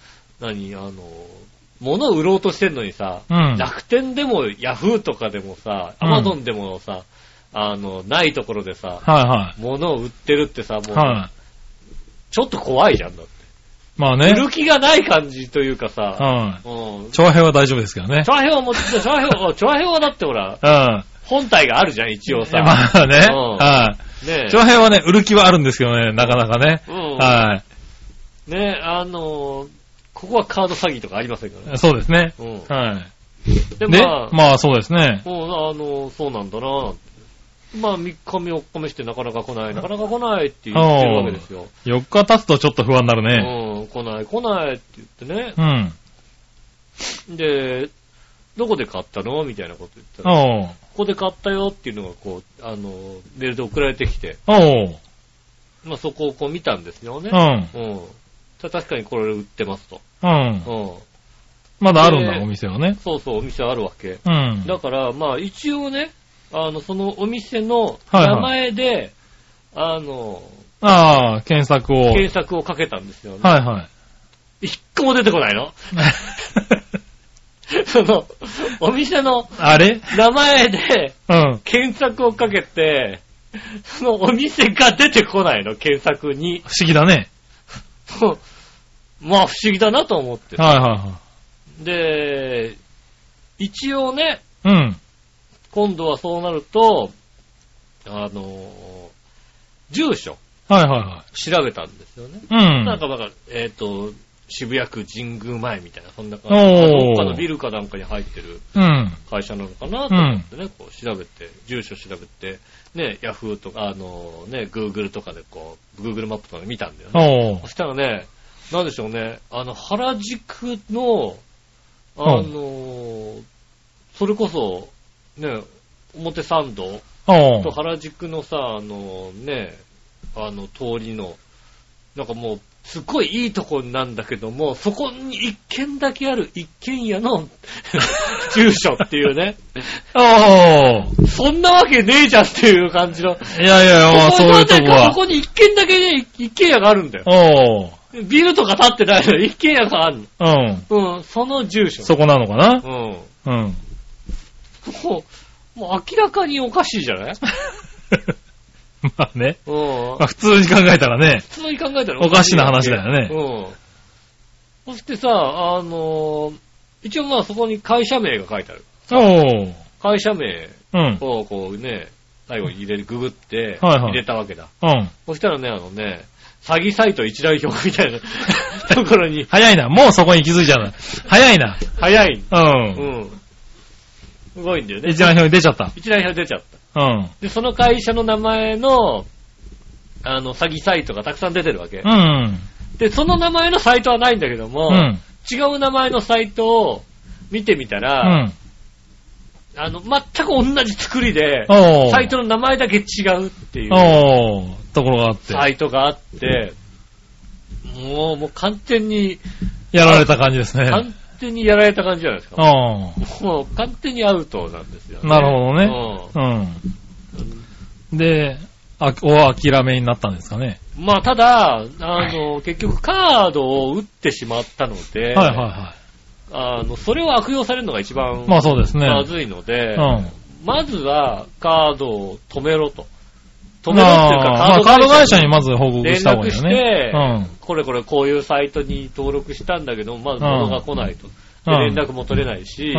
物を売ろうとしてんのにさ、楽天でもヤフーとかでもさ、アマゾンでもさ、ないところでさ、物を売ってるってさ、もう、ちょっと怖いじゃんだって。売る気がない感じというかさ、 調和平は大丈夫ですけどね。 調和平はだってほら、本体があるじゃん、一応さ。 調和平はね、売る気はあるんですけどね、なかなかね。 ね、ここはカード詐欺とかありませんからね。 そうですね。で、そうですね。 そうなんだな。3日目、4日目してなかなか来ないって言ってるわけですよ。 4日経つとちょっと不安になるね。 来ないって言ってね。で、どこで買ったのみたいなこと言ったら、ここで買ったよっていうのがこう、メールで送られてきて、そこをこう見たんですよね。確かにこれ売ってますと。 まだあるんだ、お店はね。 そうそう、お店あるわけ。だから、一応ね、そのお店の名前で、 検索をかけたんですよね。一個も出てこないのその、お店の名前で、検索をかけて、そのお店が出てこないの、検索に。 不思議だね。 不思議だなと思って。で、一応ね、今度はそうなると、住所、調べたんですよね。なんか、渋谷区神宮前みたいな、そんな感じで、どっかのビルかなんかに入ってる会社なのかなと思ってね、こう調べて、住所調べて、ね、ヤフーとか、Google とかでこう、Google マップとかで見たんだよね。そしたらね、なんでしょうね、原宿の、 それこそ、ね、表参道と原宿のさ、通りの、なんかもう、すっごいいいとこなんだけども、そこに一軒だけある一軒家の住所っていうね。そんなわけねえじゃんっていう感じの。 いやいや、まあそういうとこは。 ここに一軒だけね、一軒家があるんだよ。ビルとか建ってないのに一軒家があるの。その住所。 そこなのかな？ もう明らかにおかしいじゃないまあね。まあ普通に考えたらね。 普通に考えたらおかしな話だよね。 そしてさ、一応まあそこに会社名が書いてある。会社名をこうね、最後に入れる、ググって入れたわけだ。そしたらね、詐欺サイト一覧表みたいなところに。 早いな。もうそこに気づいちゃうな。早いな。 早い。すごいんだよね。 一覧表に出ちゃった。 一覧表出ちゃった。で、その会社の名前の、詐欺サイトがたくさん出てるわけ。で、その名前のサイトはないんだけども、違う名前のサイトを見てみたら、全く同じ作りで、サイトの名前だけ違うっていう、 ところがあって。 サイトがあって、もう完全に、 やられた感じですね。 完全にやられた感じじゃないですか。もう完全にアウトなんですよね。 なるほどね。で、お諦めになったんですかね。 まあ、ただ、結局カードを打ってしまったので、それを悪用されるのが一番、まずいので、まずはカードを止めろと。止めろっていうか、 カード会社にまず報告した方がいいよね。 連絡して、これこういうサイトに登録したんだけど、まず物が来ないと。で連絡も取れないし、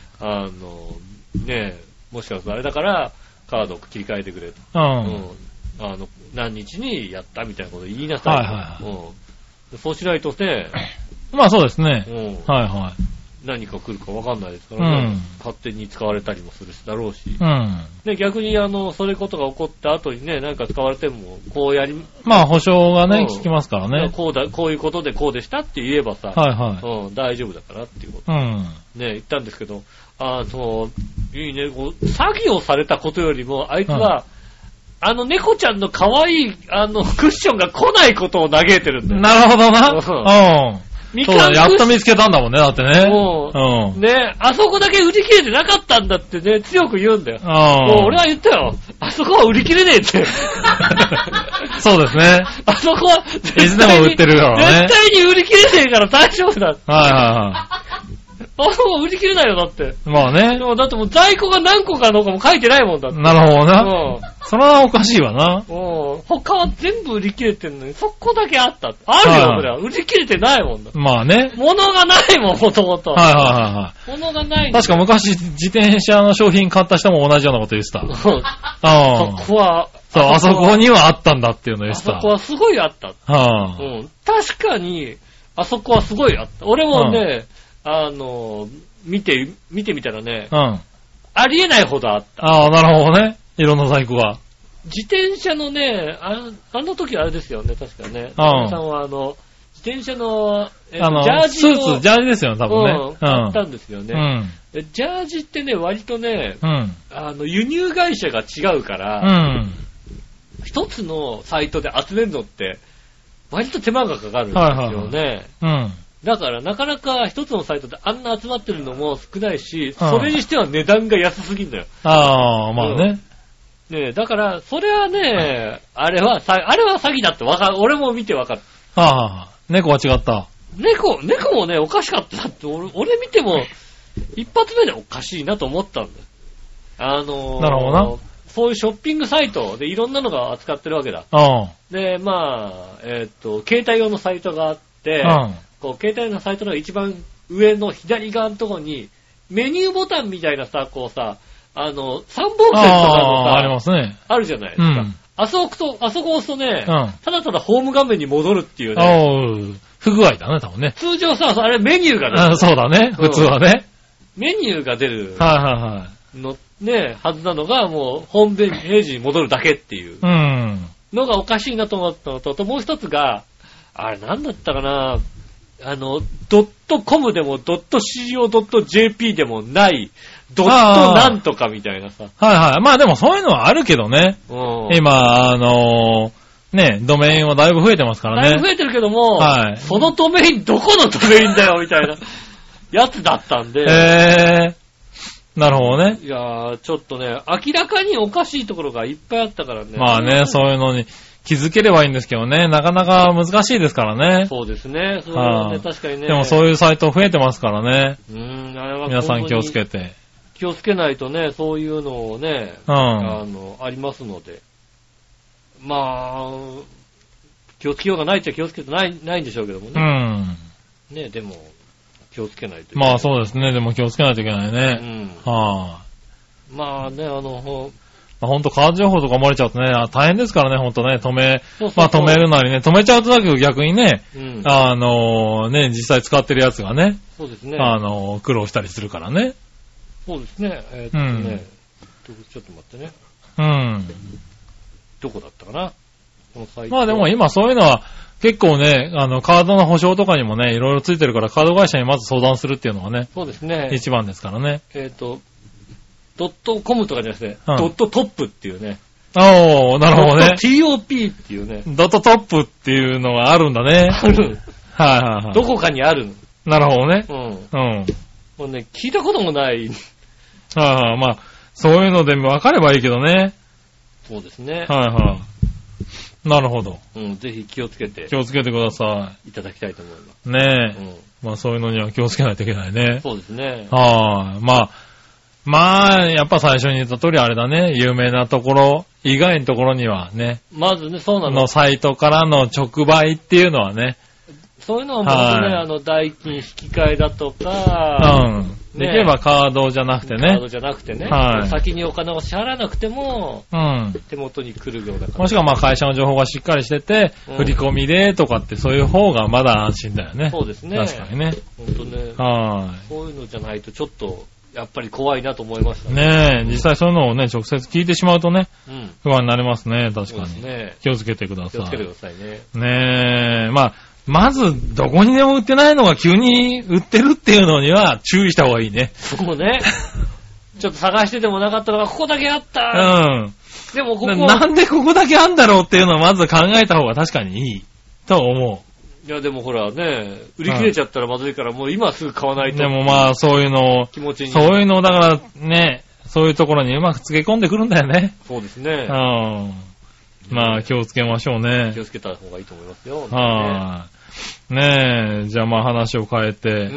もしかするとあれだから、カードを切り替えてくれと。何日にやったみたいなことを言いなさい。そうしないとね。 まあそうですね。 何か来るか分かんないですからね。勝手に使われたりもするしだろうし。逆にそういうことが起こった後にね、何か使われても、こうやり。 まあ保証がね、効きますからね。 こういうことでこうでしたって言えばさ、大丈夫だからっていうこと。言ったんですけど、いいね、詐欺をされたことよりも、あいつは、猫ちゃんの可愛い、クッションが来ないことを嘆いてるんだよ。 なるほどな。やっと見つけたんだもんね、だってね。 ね、あそこだけ売り切れてなかったんだってね、強く言うんだよ。俺は言ったよ。あそこは売り切れねえって。 そうですね。 あそこは、 いつでも売ってるからね。 絶対に売り切れねえから大丈夫だ。あそこ売り切れないよ、だって。 まあね。 だってもう在庫が何個かのかも書いてないもんだって。 なるほどな。それはおかしいわな。 他は全部売り切れてんのに、そこだけあった。あるよ、それは。売り切れてないもんだ。 まあね。 物がないもん、もともと。物がない。 確か昔、自転車の商品買った人も同じようなこと言ってた。 そこは、 そう、あそこにはあったんだっていうのを言ってた。 あそこはすごいあった。確かに、あそこはすごいあった。俺もね、見てみたらね、ありえないほどあった。 なるほどね。いろんな在庫が。 自転車のね、あの時あれですよね、確かね。皆さんは自転車の、 ジャージスーツ、ジャージですよね、多分ね。 買ったんですよね。ジャージってね、割とね、輸入会社が違うから、一つのサイトで集めるのって、割と手間がかかるんですよね。だからなかなか一つのサイトであんな集まってるのも少ないし、それにしては値段が安すぎんだよ。 まあね。 ねえ、だから、それはね、あれは詐欺だって俺も見てわかる。 猫は違った。 猫もね、おかしかったって、俺見ても、一発目でおかしいなと思ったんだよ。 なるほどな。 そういうショッピングサイトでいろんなのが扱ってるわけだ。で、まあ、携帯用のサイトがあって、携帯のサイトの一番上の左側のところに、メニューボタンみたいなさ、こうさ、三本線とかのさ、 ありますね。 あるじゃないですか。あそこ押すとね、ただただホーム画面に戻るっていうね。 不具合だね、多分ね。 通常さ、あれメニューが出る。 そうだね、普通はね。 メニューが出るのね、はずなのが、もうホームページに戻るだけっていうのがおかしいなと思ったのと、もう一つが、あれなんだったかな、 .com でも .co.jp でもない、ドットなんとかみたいなさ。 はいはい。まあでもそういうのはあるけどね。今、ね、ドメインはだいぶ増えてますからね。 だいぶ増えてるけども、はい、そのドメインどこのドメインだよみたいなやつだったんで。 なるほどね。 いやー、ちょっとね、明らかにおかしいところがいっぱいあったからね。 まあね、そういうのに気づければいいんですけどね、なかなか難しいですからね。 そうですね。それはね、確かにね。 でもそういうサイト増えてますからね。 あれは皆さん気をつけて。 気をつけないとね、そういうのをね、ありますので。まあ、気をつけようがないっちゃ気をつけてないんでしょうけどもね。ね、でも、気をつけないといけない。 まあそうですね、でも気をつけないといけないね。 まあね、 ほんと、カード情報とか漏れちゃうとね、大変ですからね、ほんとね、止めるなりね、止めちゃうとだけど逆にね、ね、実際使ってるやつがね、 そうですね。 苦労したりするからね。 そうですね。ちょっと待ってね。どこだったかなこのサイト。 まあでも今そういうのは結構ね、カードの保証とかにもね、いろいろついてるからカード会社にまず相談するっていうのがね。 そうですね。 一番ですからね。 ドットコムとかじゃなくて、ドットトップっていうね。 おー、なるほどね。 TOP っていうね。 ドットトップっていうのがあるんだね。 ある。 はい。 どこかにある。 なるほどね。 もうね、聞いたこともない。 まあ、そういうので分かればいいけどね。 そうですね。 なるほど。 ぜひ気をつけて。 気をつけてください。いただきたいと思います。 ねえ。まあそういうのには気をつけないといけないね。 そうですね。 まあ、やっぱ最初に言った通りあれだね。有名なところ以外のところにはね。 まずね、そうなの。 サイトからの直売っていうのはね。 そういうのはもうね、代金引き換えだとか、 できればカードじゃなくてね。 カードじゃなくてね。先にお金を支払わなくても、手元に来るような感じ。 もしくはまあ会社の情報がしっかりしてて、振り込みでとかってそういう方がまだ安心だよね。 そうですね。 確かにね。 ほんとね。そういうのじゃないとちょっと、やっぱり怖いなと思いましたね。実際そういうのをね、直接聞いてしまうとね、不安になりますね、確かに。気をつけてください。 気をつけてくださいね。 ねえ、まず、どこにでも売ってないのが急に売ってるっていうのには注意した方がいいね。 そうね。ちょっと探しててもなかったのが、ここだけあった。でもここなんでここだけあんだろうっていうのをまず考えた方が確かにいいと思う。いやでもほらね、売り切れちゃったらまずいからもう今すぐ買わないと。 でもまあそういうのを、 気持ちに。 そういうのをだからね、そういうところにうまく付け込んでくるんだよね。 そうですね。 まあ気をつけましょうね。 気をつけた方がいいと思いますよ。 ねえ、じゃあまあ話を変えて、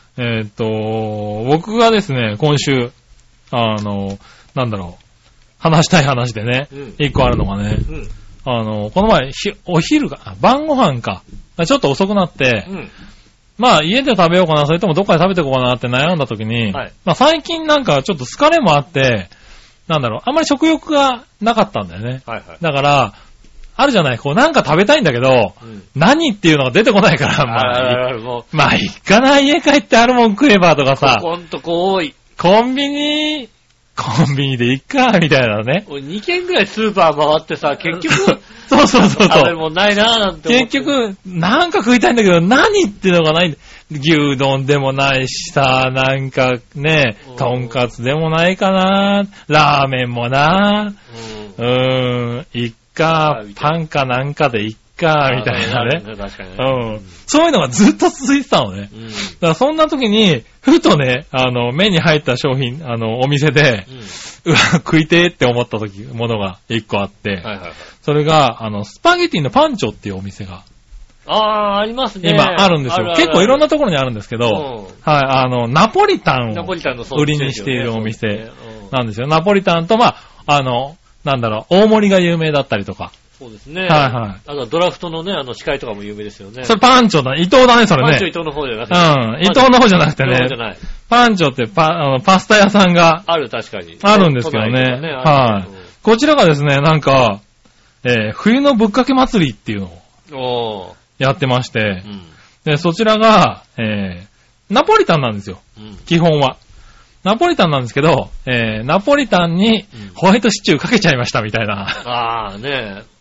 僕がですね、今週、なんだろう、話したい話でね、一個あるのがね、この前、お昼が、晩ご飯か、ちょっと遅くなって、まあ家で食べようかな、それともどっかで食べてこうかなって悩んだ時に、まあ最近なんかちょっと疲れもあって、なんだろう、あんまり食欲がなかったんだよね。だから、あるじゃない、こうなんか食べたいんだけど、何っていうのが出てこないから、まあいっかな、家帰ってあるもん食えばとかさ、 ほんとこ多い。 コンビニでいっか、みたいなね。 2軒ぐらいスーパー回ってさ、結局、 そう。 食べるもんないなーなんて思って。 結局、なんか食いたいんだけど、何っていうのがないんだ。牛丼でもないしさ、なんかね、とんかつでもないかな、ラーメンもな、いっか、パンかなんかでいっか、みたいなね。 確かにね。そういうのがずっと続いてたのね。だからそんな時に、ふとね、目に入った商品、お店で、うわ、食いてーって思ったものが一個あって、それが、スパゲティのパンチョっていうお店が。 ありますね。 今あるんですよ。結構いろんなところにあるんですけど、ナポリタンを売りにしているお店なんですよ。ナポリタンと、なんだろう、大盛りが有名だったりとか。 そうですね。あとドラフトのね、司会とかも有名ですよね。 それパンチョだ。伊藤だね、それね。 パンチョ伊藤の方じゃなくて。 伊藤の方じゃなくてね。パンチョってパスタ屋さんが。 ある、確かに。 あるんですけどね。こちらがですね、なんか、冬のぶっかけ祭りっていうのをやってまして、で、そちらが、ナポリタンなんですよ。基本は。ナポリタンなんですけど、ナポリタンにホワイトシチューかけちゃいましたみたいな。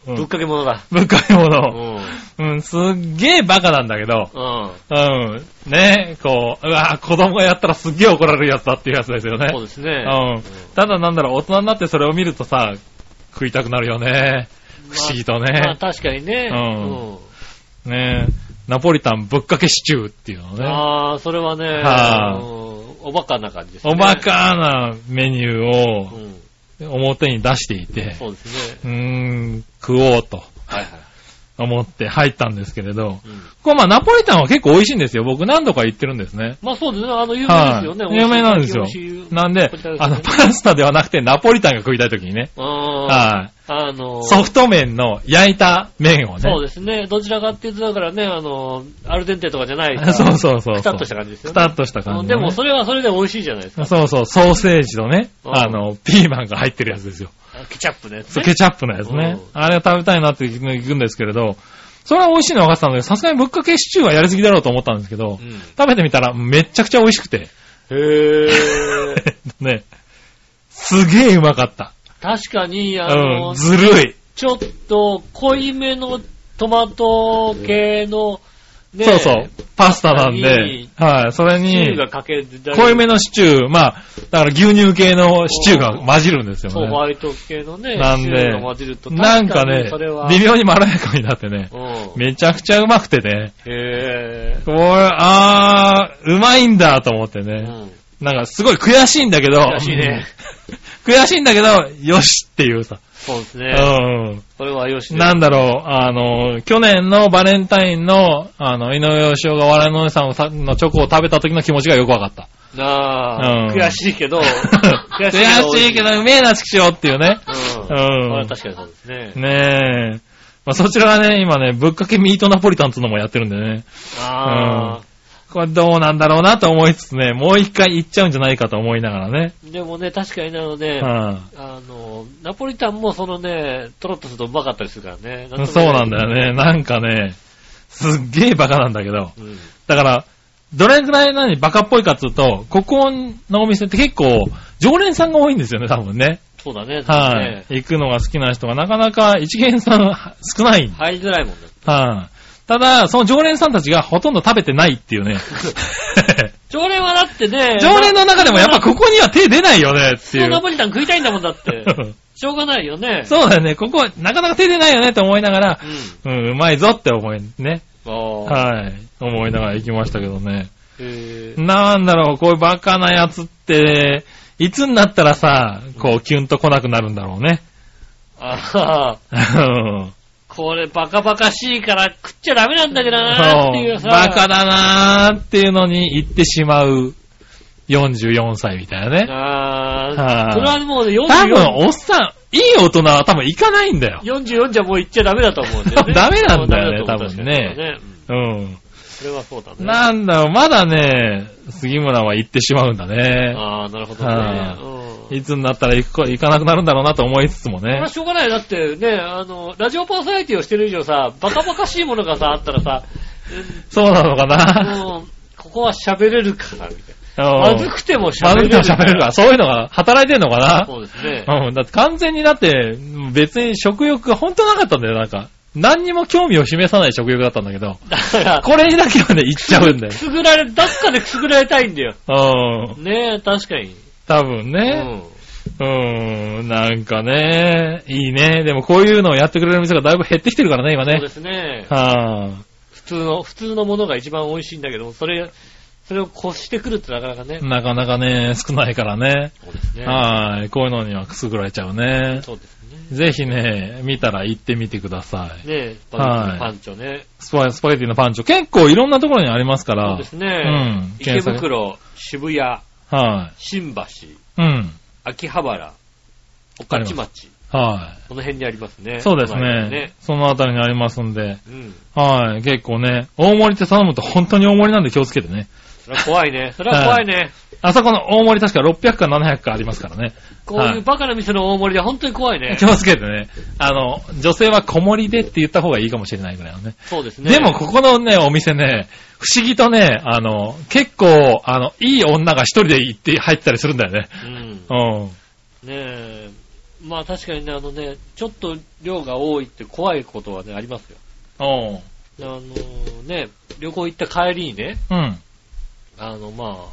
ぶっかけ物だ。 ぶっかけ物。すっげえバカなんだけど、ね、こう、うわ子供がやったらすっげえ怒られるやつだっていうやつですよね。 そうですね。 ただなんだろう、大人になってそれを見るとさ、食いたくなるよね。不思議とね。 まあ確かにね。 ねナポリタンぶっかけシチューっていうのね。 それはね、おバカな感じですね。 おバカなメニューを表に出していて、 そうですね。 食おうと。 はいはい。 思って入ったんですけれど、これナポリタンは結構美味しいんですよ。僕何度か行ってるんですね。 まあそうですね。有名ですよね。 有名なんですよ。なんで、パスタではなくてナポリタンが食いたいときにね。ソフト麺の焼いた麺をね。 そうですね。どちらかっていうとだからね、アルデンテとかじゃない。 そう。くたっとした感じですよね。 くたっとした感じ。 でもそれはそれで美味しいじゃないですか。 そう、ソーセージとね、ピーマンが入ってるやつですよ。 ケチャップのやつね。 ケチャップのやつね。あれを食べたいなって行くんですけれど、それは美味しいの分かってたので、さすがにぶっかけシチューはやりすぎだろうと思ったんですけど、食べてみたらめちゃくちゃ美味しくて。ね。すげえうまかった。 確かに、 ずるい。 ちょっと濃いめのトマト系の、ね、 そう。パスタなんで、それに、濃いめのシチュー、だから牛乳系のシチューが混じるんですよね。 そう、ホワイト系のね、 なんで、 シチューが混じると、 なんかね、微妙にまろやかになってね、めちゃくちゃうまくてね、これ、うまいんだと思ってね、なんかすごい悔しいんだけど、 悔しいね。 悔しいんだけど、よしっていうさ。 そうですね。それはよしね。 なんだろう、去年のバレンタインの、井上義雄が笑いのお姉さんのチョコを食べた時の気持ちがよくわかった。 悔しいけど、 悔しいけど、うめえな、ちくしょうっていうね。 確かにそうですね。 ねえ。そちらはね、今ね、ぶっかけミートナポリタンつうのもやってるんでね。これどうなんだろうなと思いつつね、もう一回行っちゃうんじゃないかと思いながらね。 でもね、確かにナポリタンもそのね、トロッとするとうまかったりするからね。 そうなんだよね。なんかね、すっげえバカなんだけど。だから、どれくらいバカっぽいかっていうと、ここのお店って結構、常連さんが多いんですよね、多分ね。 そうだね。 行くのが好きな人がなかなか一元さん少ない。 入りづらいもんね。 ただ、その常連さんたちがほとんど食べてないっていうね。 常連はだってね。 常連の中でもやっぱここには手出ないよねっていう。 そのナポリタン食いたいんだもんだって。しょうがないよね。 そうだよね。ここなかなか手出ないよねって思いながら、うまいぞって思いね。思いながら行きましたけどね。なんだろう、こういうバカなやつって、いつになったらさ、こうキュンと来なくなるんだろうね。 これバカバカしいから食っちゃダメなんだけどなーっていうさ。 バカだなーっていうのに言ってしまう44歳みたいなね。 それはもうね、44。 多分おっさん、いい大人は多分行かないんだよ。 44じゃもう行っちゃダメだと思うんだよね。 ダメなんだよね、多分ね。 それはそうだね。 なんだろう、まだね、杉村は行ってしまうんだね。 なるほどね。 いつになったら行かなくなるんだろうなと思いつつもね。 それはしょうがない。だってね、ラジオパーソナリティをしてる以上さ、バカバカしいものがさ、あったらさ、 そうなのかな。 ここは喋れるから、みたいな。まずくても喋れるから。 そういうのが働いてんのかな。 そうですね。 だって完全にだって、別に食欲が本当なかったんだよ、なんか。何にも興味を示さない食欲だったんだけど。だから、これにだけはね、行っちゃうんだよ。 どっかでくすぐられたいんだよ。ねえ、確かに。 多分ね。なんかね、いいね。でもこういうのをやってくれる店がだいぶ減ってきてるからね、今ね。 そうですね。普通のものが一番美味しいんだけど、それを越してくるってなかなかね。 なかなかね、少ないからね。 そうですね。 こういうのにはくすぐられちゃうね。 そうですね。 ぜひね、見たら行ってみてください。 ねスパゲティのパンチョね。 スパゲティのパンチョ。結構いろんなところにありますから。 そうですね。池袋、渋谷、新橋、秋葉原、御徒町。この辺にありますね。 そうですね。そのあたりにありますんで。結構ね、大盛りって頼むと本当に大盛りなんで気をつけてね。 それは怖いね。それは怖いね。 あそこの大盛り確か600か700かありますからね。 こういうバカな店の大盛りで本当に怖いね。 気をつけてね。女性は小盛りでって言った方がいいかもしれないぐらいのね。 そうですね。 でもここのね、お店ね、不思議とね、結構、いい女が一人で行って入ってたりするんだよね。 ねえ。 まあ確かにね、ちょっと量が多いって怖いことはね、ありますよ。ね、旅行行った帰りにね、 うん。 まあ、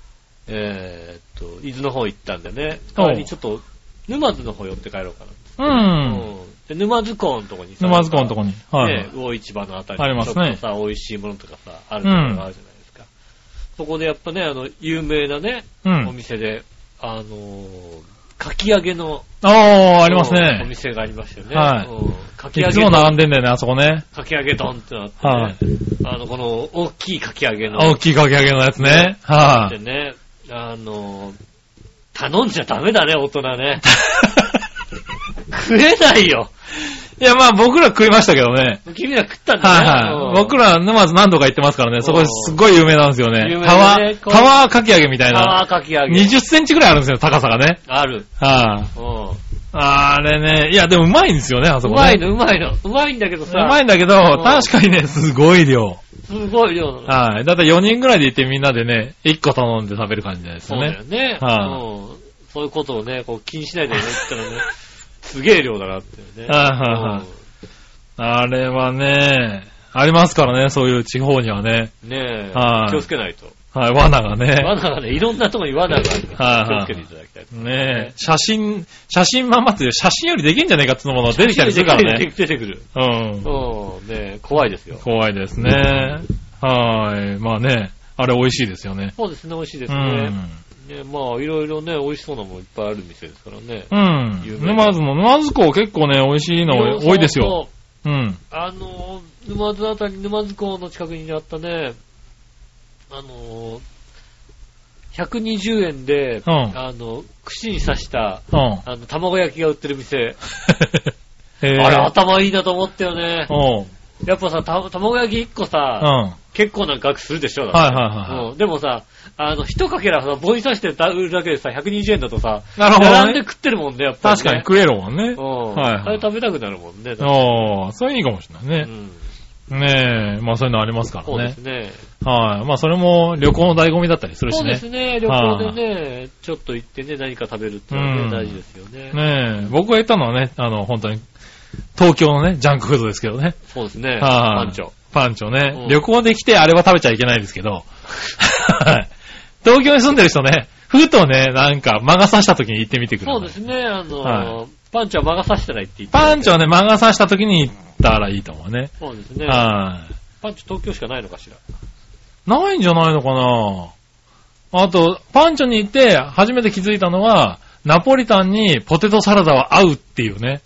伊豆の方行ったんでね、帰りにちょっと、沼津の方寄って帰ろうかな。で、沼津港のとこにさ、 沼津港のとこに。はい。 ね、魚市場のあたりに。ありますね。 ちょっとさ、美味しいものとかさ、あるところがあるじゃないですか。そこでやっぱね、有名なね、お店で、かき揚げの、 ありますね。 お店がありましたよね。 はい。 かき揚げ。 いつも並んでんだよね、あそこね。 かき揚げ丼ってなってね。はい。この、大きいかき揚げの。 大きいかき揚げのやつね。はい。 でね、頼んじゃダメだね、大人ね。食えないよ。 いや、まあ僕ら食いましたけどね。 君ら食ったんだね。 はいはい。僕ら沼津何度か行ってますからね。そこすっごい有名なんですよね。 有名ね。タワーかき揚げみたいな。 タワーかき揚げ。 20センチぐらいあるんですよ、高さがね。 ある。 はい。あれね。いや、でもうまいんですよね、あそこね。 うまいんだけどさ。 うまいんだけど、確かにね、すごい量。 すごい量なの。 はい。だって4人ぐらいで行ってみんなでね、1個頼んで食べる感じですよね。 そうだよね。はい。そういうことをね、こう気にしないでね、言ったらね、すげえ量だなってね。あれはね、ありますからね、そういう地方にはね。 ねえ。気をつけないと。 はい、罠がね。 罠がね、いろんなところに罠があるから気をつけていただきたい。 ねえ。写真まんまって写真よりできんじゃねえかっていうもの出てきたりするからね。 出てくる。ねえ、怖いですよ。 怖いですね。はい。まあね、あれ美味しいですよね。 そうですね、美味しいですね。ね、まあ、いろいろね、美味しそうなものいっぱいある店ですからね。 沼津港結構ね、美味しいの多いですよ。 沼津あたり、沼津港の近くにあったね、120円で、串に刺した、卵焼きが売ってる店。あれ、頭いいなと思ったよね。やっぱさ、卵焼き1個さ、結構な額するでしょ。でもさ、一かけらさ、棒に刺して売るだけでさ、120円だとさ、並んで食ってるもんね、やっぱり。 確かに食えるもんね。 あれ食べたくなるもんね。 それいいかもしれないね。ねえ、まあそういうのありますからね。そうですね。 はい。まあそれも旅行の醍醐味だったりするしね。 そうですね。旅行でね、ちょっと行ってね、何か食べるってのはね、大事ですよね。 ねえ、僕が言ったのはね、本当に、東京のね、ジャンクフードですけどね。 そうですね。パンチョ。 パンチョね。旅行で来てあれは食べちゃいけないですけど。東京に住んでる人ね、ふとね、なんか魔が差した時に行ってみてくれ。 そうですね。パンチョは魔が差したら行っていい。 パンチョはね、魔が差した時に行ったらいいと思うね。 そうですね。パンチョ東京しかないのかしら。 ないんじゃないのかな。あと、パンチョに行って初めて気づいたのは、ナポリタンにポテトサラダは合うっていうね。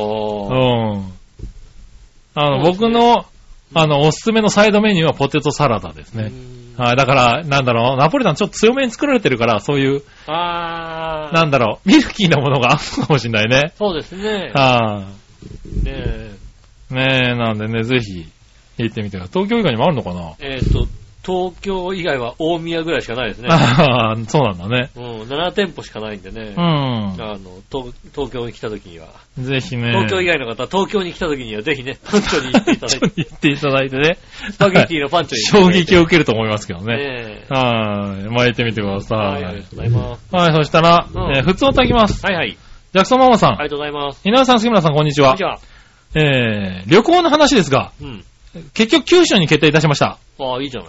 僕の、おすすめのサイドメニューはポテトサラダですね。はい、だから、なんだろう、ナポリタンちょっと強めに作られてるから、そういう、なんだろう、ミルキーなものが合うかもしれないね。 そうですね。 ねえ、なんでね、ぜひ、行ってみてください。東京以外にもあるのかな？ 東京以外は大宮ぐらいしかないですね。 そうなんだね。 7店舗しかないんでね。東京に来た時には。 ぜひね。 東京以外の方、東京に来た時にはぜひね、パンチョに行っていただいて。 行っていただいてね。 スパゲッティのパンチョに。 衝撃を受けると思いますけどね。はい。まあ行ってみてください。 はい、ありがとうございます。 はい、そしたら、普通を炊きます。 はいはい。 ジャクソンママさん。 ありがとうございます。 稲田さん、杉村さん、こんにちは。 こんにちは。 旅行の話ですが、結局九州に決定いたしました。 いいじゃない。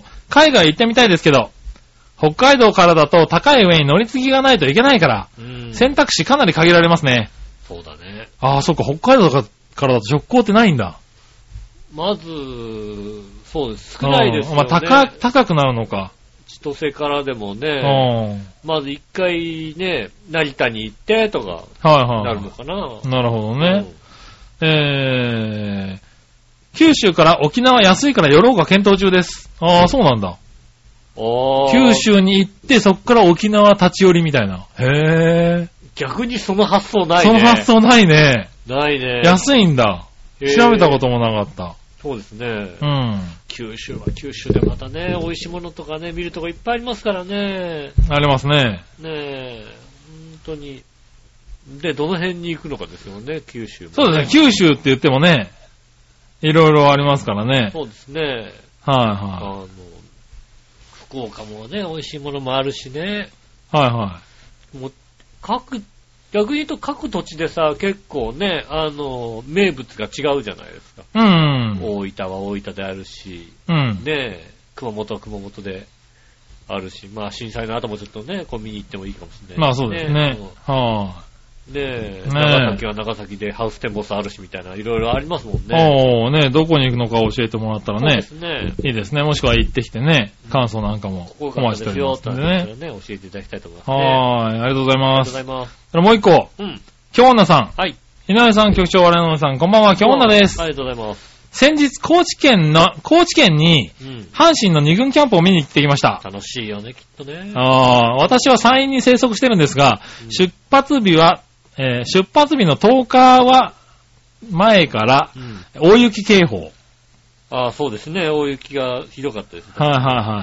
海外行ってみたいですけど、北海道からだと高い上に乗り継ぎがないといけないから、選択肢かなり限られますね。 そうだね。 そっか、北海道からだと直行ってないんだ。 まず、そうです。少ないですよね。 高くなるのか。 千歳からでもね、まず一回ね、成田に行ってとか、なるのかな。 なるほどね。九州から沖縄安いから寄ろうか検討中です。そうなんだ。九州に行って、そっから沖縄立ち寄りみたいな。へぇー。 逆にその発想ないね。 その発想ないね。 ないね。 安いんだ。調べたこともなかった。 そうですね。九州は九州でまたね、美味しいものとかね、見るとこいっぱいありますからね。 ありますね。 ねえ、本当に。で、どの辺に行くのかですよね、九州も、ね。 そうですね、九州って言ってもね、いろいろありますからね。 そうですね。福岡もね、美味しいものもあるしね。 はいはい。 もう、各逆に言うと各土地でさ、結構ね、名物が違うじゃないですか。 うん。 大分は大分であるし、 うん。 ね、熊本は熊本であるし、まあ震災の後もちょっとね、見に行ってもいいかもしれない、ね。 まあそうですね。はぁ。長崎は長崎でハウステンボスあるしみたいな、いろいろありますもんね。 ね、どこに行くのか教えてもらったらね。 そうですね。 いいですね。もしくは行ってきてね、感想なんかもお待ちしておりますのでね。 教えていただきたいと思います、ね。 ありがとうございます。 ありがとうございます。 もう一個。 うん。 京女さん。 はい。 井上さん、局長、我々のさん、こんばんは、京女です。 ありがとうございます。 先日、高知県に、阪神の2軍キャンプを見に行ってきました。 楽しいよね、きっとね。 私は山陰に生息してるんですが、出発日の10日は前から、大雪警報。 そうですね、大雪がひどかったですね。 はいはいはい。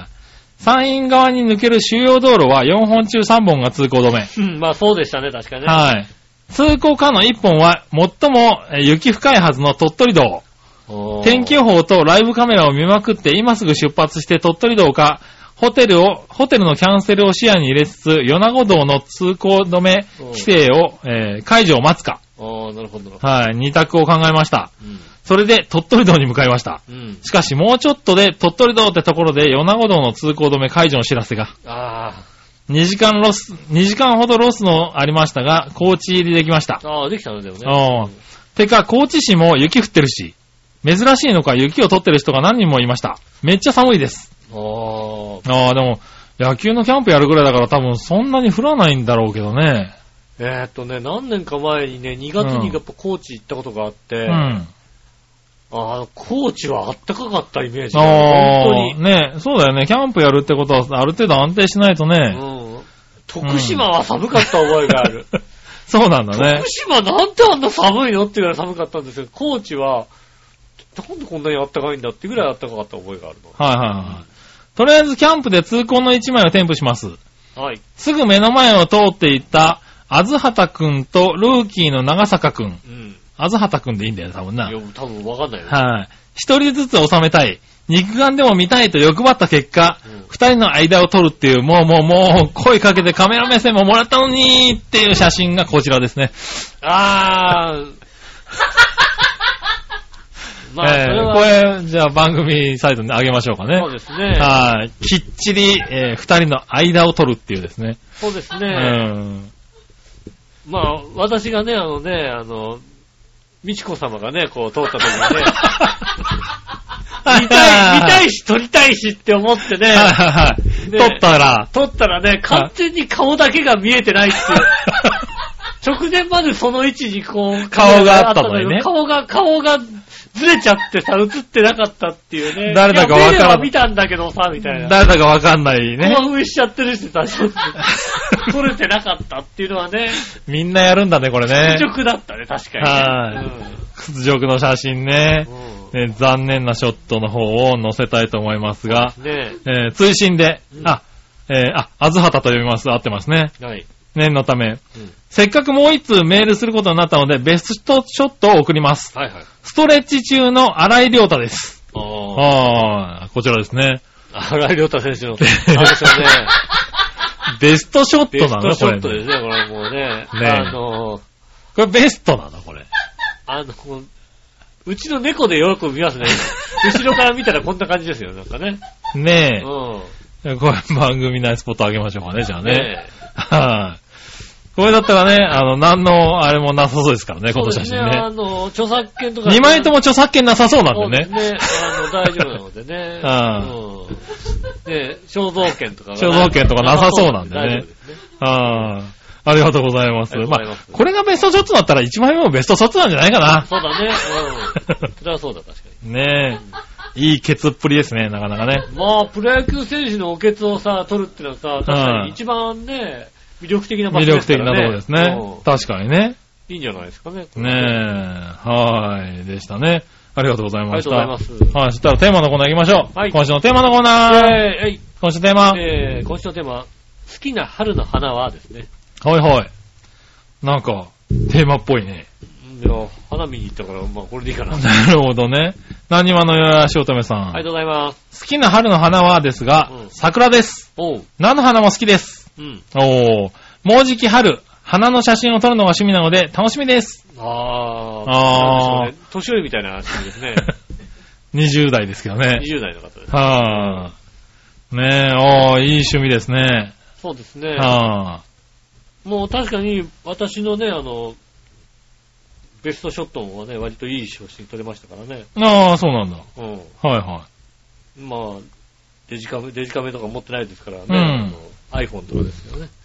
山陰側に抜ける主要道路は4本中3本が通行止め。 まあそうでしたね、確かにね。 はい。通行可の1本は、最も雪深いはずの鳥取道。天気予報とライブカメラを見まくって今すぐ出発して鳥取道かホテルのキャンセルを視野に入れつつ米子道の通行止め規制を、解除を待つか。 なるほど。 はい、2択を考えました。それで鳥取道に向かいました。しかしもうちょっとで鳥取道ってところで米子道の通行止め解除の知らせが。2時間ほどロスのありましたが高知入りできました。 できたのでもね。 てか高知市も雪降ってるし。珍しいのか雪を取ってる人が何人もいました。めっちゃ寒いです。でも、野球のキャンプやるぐらいだから多分そんなに降らないんだろうけどね。 何年か前にね、2月にやっぱ高知行ったことがあって、高知はあったかかったイメージが本当に。 ね、そうだよね。キャンプやるってことはある程度安定しないとね。 徳島は寒かった覚えがある。 そうなんだね。 徳島なんてあんな寒いのってぐらい寒かったんですよ。高知は、なんでこんなにあったかいんだってぐらいあったかかった覚えがあるの。はいはいはい。 とりあえずキャンプで通行の1枚を添付します。 はい。 すぐ目の前を通っていた、あずはたくんとルーキーの長坂くん。あずはたくんでいいんだよね、多分な。 多分わかんないよね。 はい。一人ずつ収めたい。肉眼でも見たいと欲張った結果、二人の間を撮るっていう、もう、声かけてカメラ目線ももらったのにーっていう写真がこちらですね。これ、じゃあ番組サイトに上げましょうかね。 そうですね。 はい。きっちり、二人の間を取るっていうですね。 そうですね。まあ、私がね、美智子様がね、こう通った時にね、見たいし撮りたいしって思ってね。 撮ったらね、 完全に顔だけが見えてないっていう。直前までその位置にこう、 顔があったのにね。 顔がずれちゃってさ、映ってなかったっていうね。 誰だかわからん。見たんだけどさ、みたいな。 誰だかわかんないね。 興奮しちゃってるしさ、ちょっと、撮れてなかったっていうのはね。 みんなやるんだね、これね。 屈辱だったね、確かに、ね。 はい。屈辱の写真ね。残念なショットの方を載せたいと思いますが。追伸で、あずはたと読みます。合ってますね。 はい。 念のため。せっかくもう一通メールすることになったので、ベストショットを送ります。 はいはい。 ストレッチ中の荒井亮太です。こちらですね。 荒井亮太選手の、あれですよね。 ベストショットなのこれ。 ベストショットですね、これもうね。 これベストなのこれ。 うちの猫でよく見ますね。後ろから見たらこんな感じですよ、なんかね。 ねえ。これ番組内スポットあげましょうかね、じゃあね。はい。これだったらね、何のあれもなさそうですからね、この写真ね。 著作権とか、 2枚とも著作権なさそうなんでね。 ね、大丈夫なのでね。肖像権とか。 肖像権とかなさそうなんでね。ありがとうございます。これがベストショットだったら1枚目もベストショットなんじゃないかな。 そうだね。それはそうだ、確かに。 ねえ。いいケツっぷりですね、なかなかね。 まあ、プロ野球選手のおケツをさ、取るってのはさ、確かに一番ね、魅力的な場所ですからね。 魅力的なとこですね。確かにね。 いいんじゃないですかね。 ねえ。はい。でしたね。ありがとうございました。 ありがとうございます。 はい。そしたらテーマのコーナー行きましょう。はい。今週のテーマのコーナー。今週のテーマ。 今週のテーマ、好きな春の花はですね。 はいはい。なんか、テーマっぽいね。 いや、花見に行ったから、まあこれでいいかな。 なるほどね。何話のよやしおとめさん。 ありがとうございます。 好きな春の花はですが、桜です。何の花も好きです。もうじき春花の写真を撮るのが趣味なので楽しみです。 ね、年寄りみたいな趣味ですね。 20代ですけどね。 20代の方です。 はぁ。ねえ、いい趣味ですね。 そうですね。 はぁ。もう確かに私のね、ベストショットもね、割といい写真撮れましたからね。 ああ、そうなんだ。 うん。 はいはい。 まあ、デジカメとか持ってないですからね。iPhone とかですよね。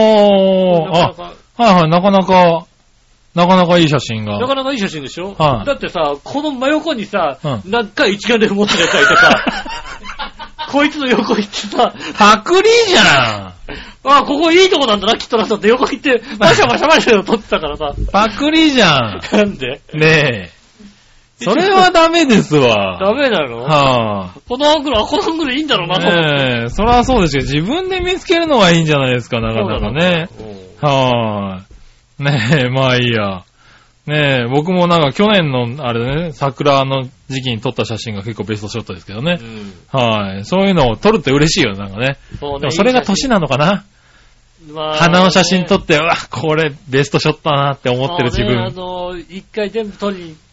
はいはい、なかなかいい写真が。 なかなかいい写真でしょ？ はい。 だってさ、この真横にさ、長い一眼レフ持ってるやつがいてさ、こいつの横行ってさ、 パクリじゃん。 ここいいとこなんだな、きっとな、って横行って、バシャバシャ撮ってたからさ。 パクリじゃん。 なんで？ ねえ。それはダメですわ。 ダメなの？ はぁ。 このアングルいいんだろうなと思って。 ねえ、それはそうですけど、自分で見つけるのはいいんじゃないですか、なかなかね。はぁ。ねえ、まあいいや。ねえ、僕もなんか去年の、あれね、桜の時期に撮った写真が結構ベストショットですけどね。はい。そういうのを撮るって嬉しいよ、なんかね。でもそれが年なのかな。花の写真撮って、これベストショットだなって思ってる自分。 一回全部撮りに行って、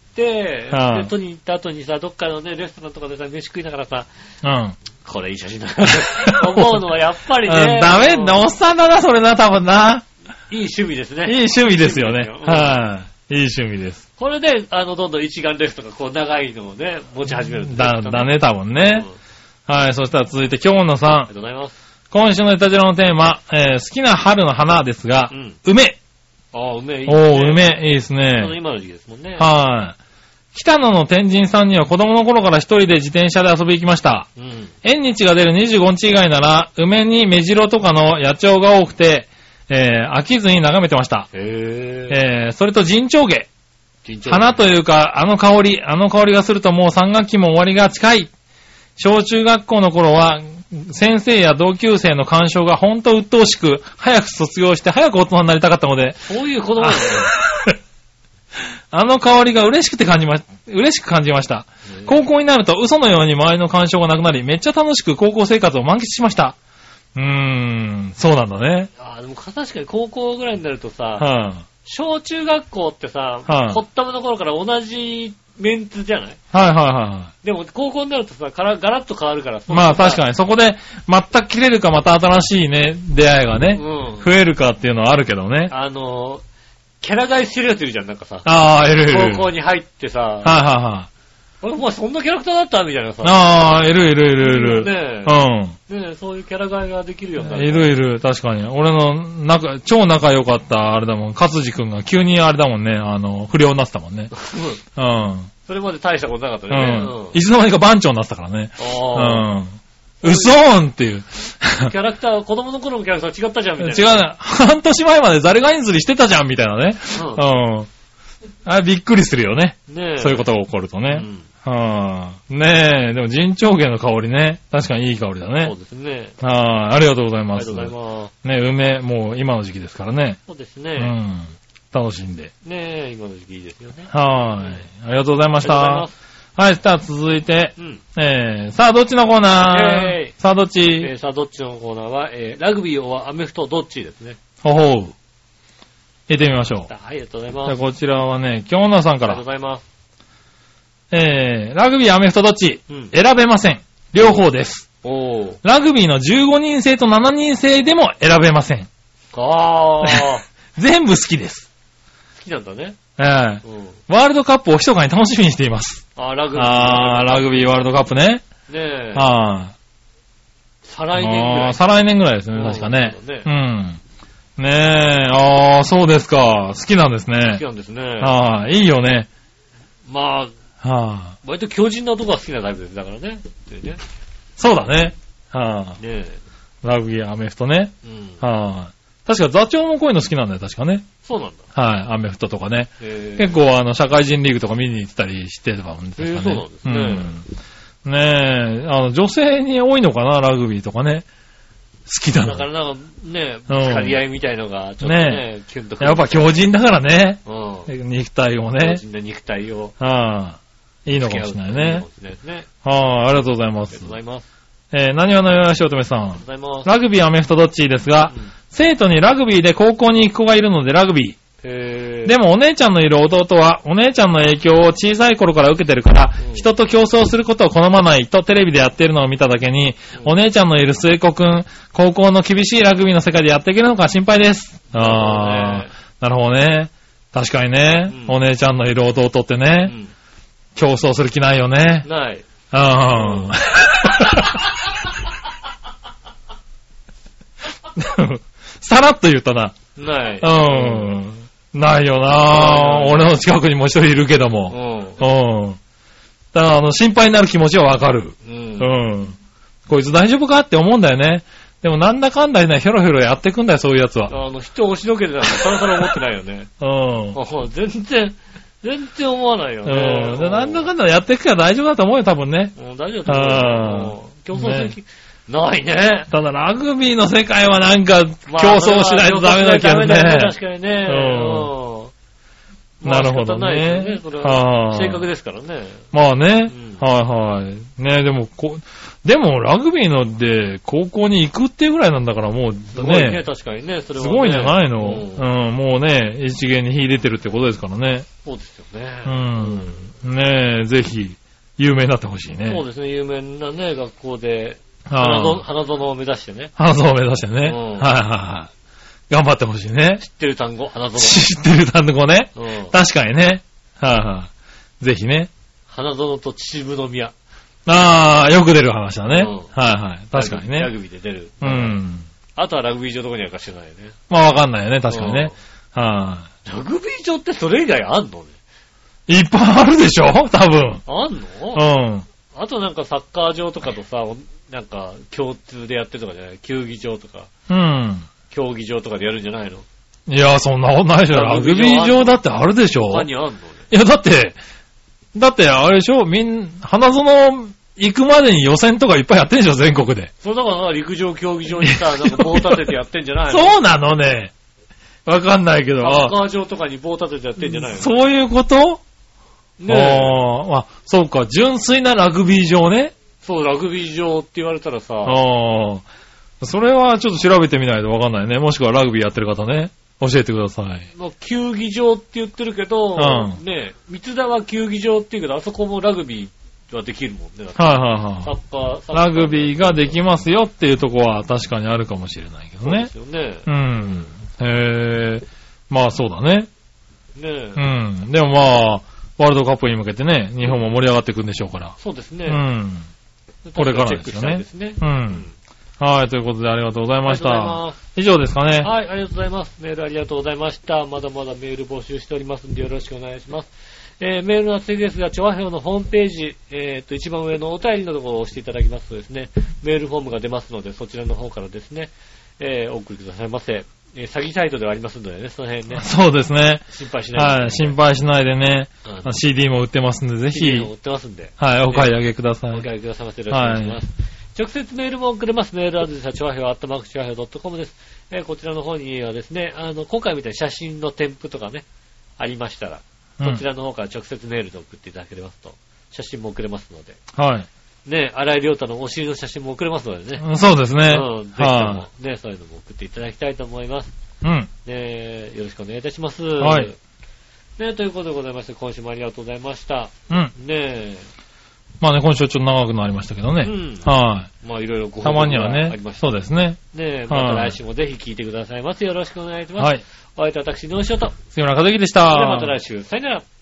で撮りに行った後にさ、どっかのね、レストランとかでさ、飯食いながらさ、これいい写真だなと思うのはやっぱりね。 ダメ、おっさんだな、それな、多分な。 いい趣味ですね。 いい趣味ですよね。はい。いい趣味です。 これで、どんどん一眼レフとか、こう、長いのをね、持ち始めるんだね、多分ね。はい、そしたら続いて、今日のさん。ありがとうございます。 今週のイタジラのテーマ、好きな春の花ですが、梅。 梅いいですね。 梅、いいですね。 今の時期ですもんね。 はい。北野の天神さんには子供の頃から一人で自転車で遊び行きました。縁日が出る25日以外なら、梅に目白とかの野鳥が多くて、飽きずに眺めてました。それと陣長下。花というか、あの香りがするともう3学期も終わりが近い。小中学校の頃は、先生や同級生の鑑賞がほんと鬱陶しく、早く卒業して早く大人になりたかったので。 そういう子供なんだね。 あの香りが嬉しく感じました。高校になると嘘のように周りの干渉がなくなり、めっちゃ楽しく高校生活を満喫しました。そうなんだね。 でも確かに高校ぐらいになるとさ、小中学校ってさ、ほったまの頃から同じメンツじゃない？でも高校になるとさ、ガラッと変わるからさ。 まあ確かに、そこで全く切れるかまた新しいね、出会いがね、増えるかっていうのはあるけどね。 キャラ替えしてるやついるじゃん、なんかさ。 いる。 高校に入ってさ。まあそんなキャラクターだったみたいなさ。いる。ねえ、そういうキャラ替えができるようになる。 いる、確かに。俺の超仲良かったあれだもん、勝治くんが急にあれだもんね、不良になってたもんね。 それまで大したことなかったね。 いつの間にか番長になってたからね。嘘ーんっていう。 キャラクター、子供の頃のキャラクター違ったじゃんみたいな。違うね。半年前までザルガイン釣りしてたじゃんみたいなね。びっくりするよね。そういうことが起こるとね。ねえ、でも陣長下の香りね。確かにいい香りだね。 そうですね。 ありがとうございます。 ありがとうございます。 ね、梅、もう今の時期ですからね。 そうですね。 楽しんで。 ねえ、今の時期いいですよね。 ありがとうございました。はい、さあ続いて、さあどっちのコーナー？さあどっち？ さあどっちのコーナーは、ラグビーはアメフトどっちですね。 ほほう。行ってみましょう。 はい、ありがとうございます。 じゃあこちらはね、京奈さんから。 ありがとうございます。 ラグビーアメフトどっち？選べません。両方です。ラグビーの15人制と7人制でも選べません。全部好きです。 好きなんだね。 ワールドカップを密かに楽しみにしています。 ラグビー。 ラグビーワールドカップね。 ねえ。再来年ぐらい。 再来年ぐらいですね、確かね。ねえ、そうですか。好きなんですね。 好きなんですね。 いいよね。 まあ、割と強靭なとこが好きなタイプです。だからね。 そうだね。 ねラグビー、アメフトね。確か座長もこういうの好きなんだよ、確かね。 そうなんだ。 アメフトとかね。結構社会人リーグとか見に行ったりしてたもんですかね。 そうなんですね。 ねえ、女性に多いのかな、ラグビーとかね。好きだな。 だからなんかね、ぶつかり合いみたいのが、ちょっとね、キュンとくる。 やっぱ強靭だからね。肉体をね。 強靭な肉体を。 いいのかもしれないね。ありがとうございます。 ありがとうございます。 何話のよやしおとめさん。 ありがとうございます。 ラグビーアメフトどっちですが、 生徒にラグビーで高校に行く子がいるのでラグビー。でもお姉ちゃんのいる弟はお姉ちゃんの影響を小さい頃から受けてるから、人と競争することを好まないとテレビでやってるのを見ただけに、お姉ちゃんのいる末っ子くん、高校の厳しいラグビーの世界でやっていけるのか心配です。なるほどね。確かにね、お姉ちゃんのいる弟ってね、競争する気ないよね。 ない。 さらっと言ったな。 ない。 ないよなぁ。俺の近くにも一人いるけども。だから心配になる気持ちはわかる。こいつ大丈夫かって思うんだよね。でもなんだかんだね、ひょろひょろやってくんだよ、そういうやつは。 人を押しのけてたら、さらさら思ってないよね。全然思わないよね。 なんだかんだやっていくから大丈夫だと思うよ、多分ね。 大丈夫だと思うよ。競争する気、ないね。 ただラグビーの世界はなんか、競争しないとダメだけどね。 確かにね。 なるほどね。 それは正確ですからね。 まあね。ね、でもラグビーので高校に行くっていうぐらいなんだからもうね。すごいね、確かにね。それはすごいんじゃないの？もうね、一元に秀でてるってことですからね。 そうですよね。 ねえ、ぜひ、有名になってほしいね。 そうですね、有名なね、学校で、花園を目指してね。 花園を目指してね。頑張ってほしいね。 知ってる単語、花園。 知ってる単語ね。確かにね。ぜひね。 花園と秩父宮。 よく出る話だね。確かにね。 ラグビーで出る。あとはラグビー場どこにあるか知らないよね。 まあわかんないよね、確かにね。 ラグビー場ってそれ以外あんのね。 いっぱいあるでしょ多分。 あんの？あとなんかサッカー場とかとさ、なんか共通でやってるとかじゃない？球技場とか。競技場とかでやるんじゃないの？ いや、そんなことないでしょ。ラグビー場だってあるでしょ。 他にあんのね。 いや、だってあれでしょ花園行くまでに予選とかいっぱいやってんでしょ全国で。 そうだから陸上競技場にさ、なんか棒立ててやってんじゃないの？ そうなのね。わかんないけど。 サッカー場とかに棒立ててやってんじゃないの？ そういうことねえ。そうか。純粋なラグビー場ね。 そう、ラグビー場って言われたらさ。 それはちょっと調べてみないとわかんないね。もしくはラグビーやってる方ね。教えてください。 球技場って言ってるけど、ねえ、三田は球技場って言うけど、あそこもラグビーはできるもんね。サッカー。 ラグビーができますよっていうとこは確かにあるかもしれないけどね。 そうですよね。まあそうだね。 ねえ。でもまあ、ワールドカップに向けてね、日本も盛り上がっていくんでしょうから。 そうですね。 これからですよね。はい、ということでありがとうございました。以上ですかね。 はい、ありがとうございます。メールありがとうございました。まだまだメール募集しておりますんでよろしくお願いします。メールの宛先ですが、チョアヘオのホームページ、一番上のお便りのところを押していただきますとですね、メールフォームが出ますので、そちらの方からですね、お送りくださいませ。詐欺サイトではありますのでね、その辺ね。 そうですね。 心配しないで、 はい、心配しないでね。CD も売ってますんで、ぜひ。 CD も売ってますんで。 はい、お買い上げください。 お買い上げくださいませ。よろしくお願いします。直接メールも送れます。メールアドレスは、チョアヘオ@chua.com です。こちらの方にはですね、今回みたいに写真の添付とかね、ありましたら、そちらの方から直接メールで送っていただけますと、写真も送れますので。 はい。 ね、荒井亮太のお尻の写真も送れますのでね。 そうですね。 ぜひともね、そういうのも送っていただきたいと思います。ね、よろしくお願いいたします。はい。ね、ということでございまして、今週もありがとうございました。ねまあね、今週はちょっと長くなりましたけどね。はい。 まあいろいろご報告たまにはね。そうですね。 ねまた来週もぜひ聞いてくださいませ。よろしくお願いします。はい。お相手は私、ノーショット。 杉村和之でした。 ではまた来週。さよなら。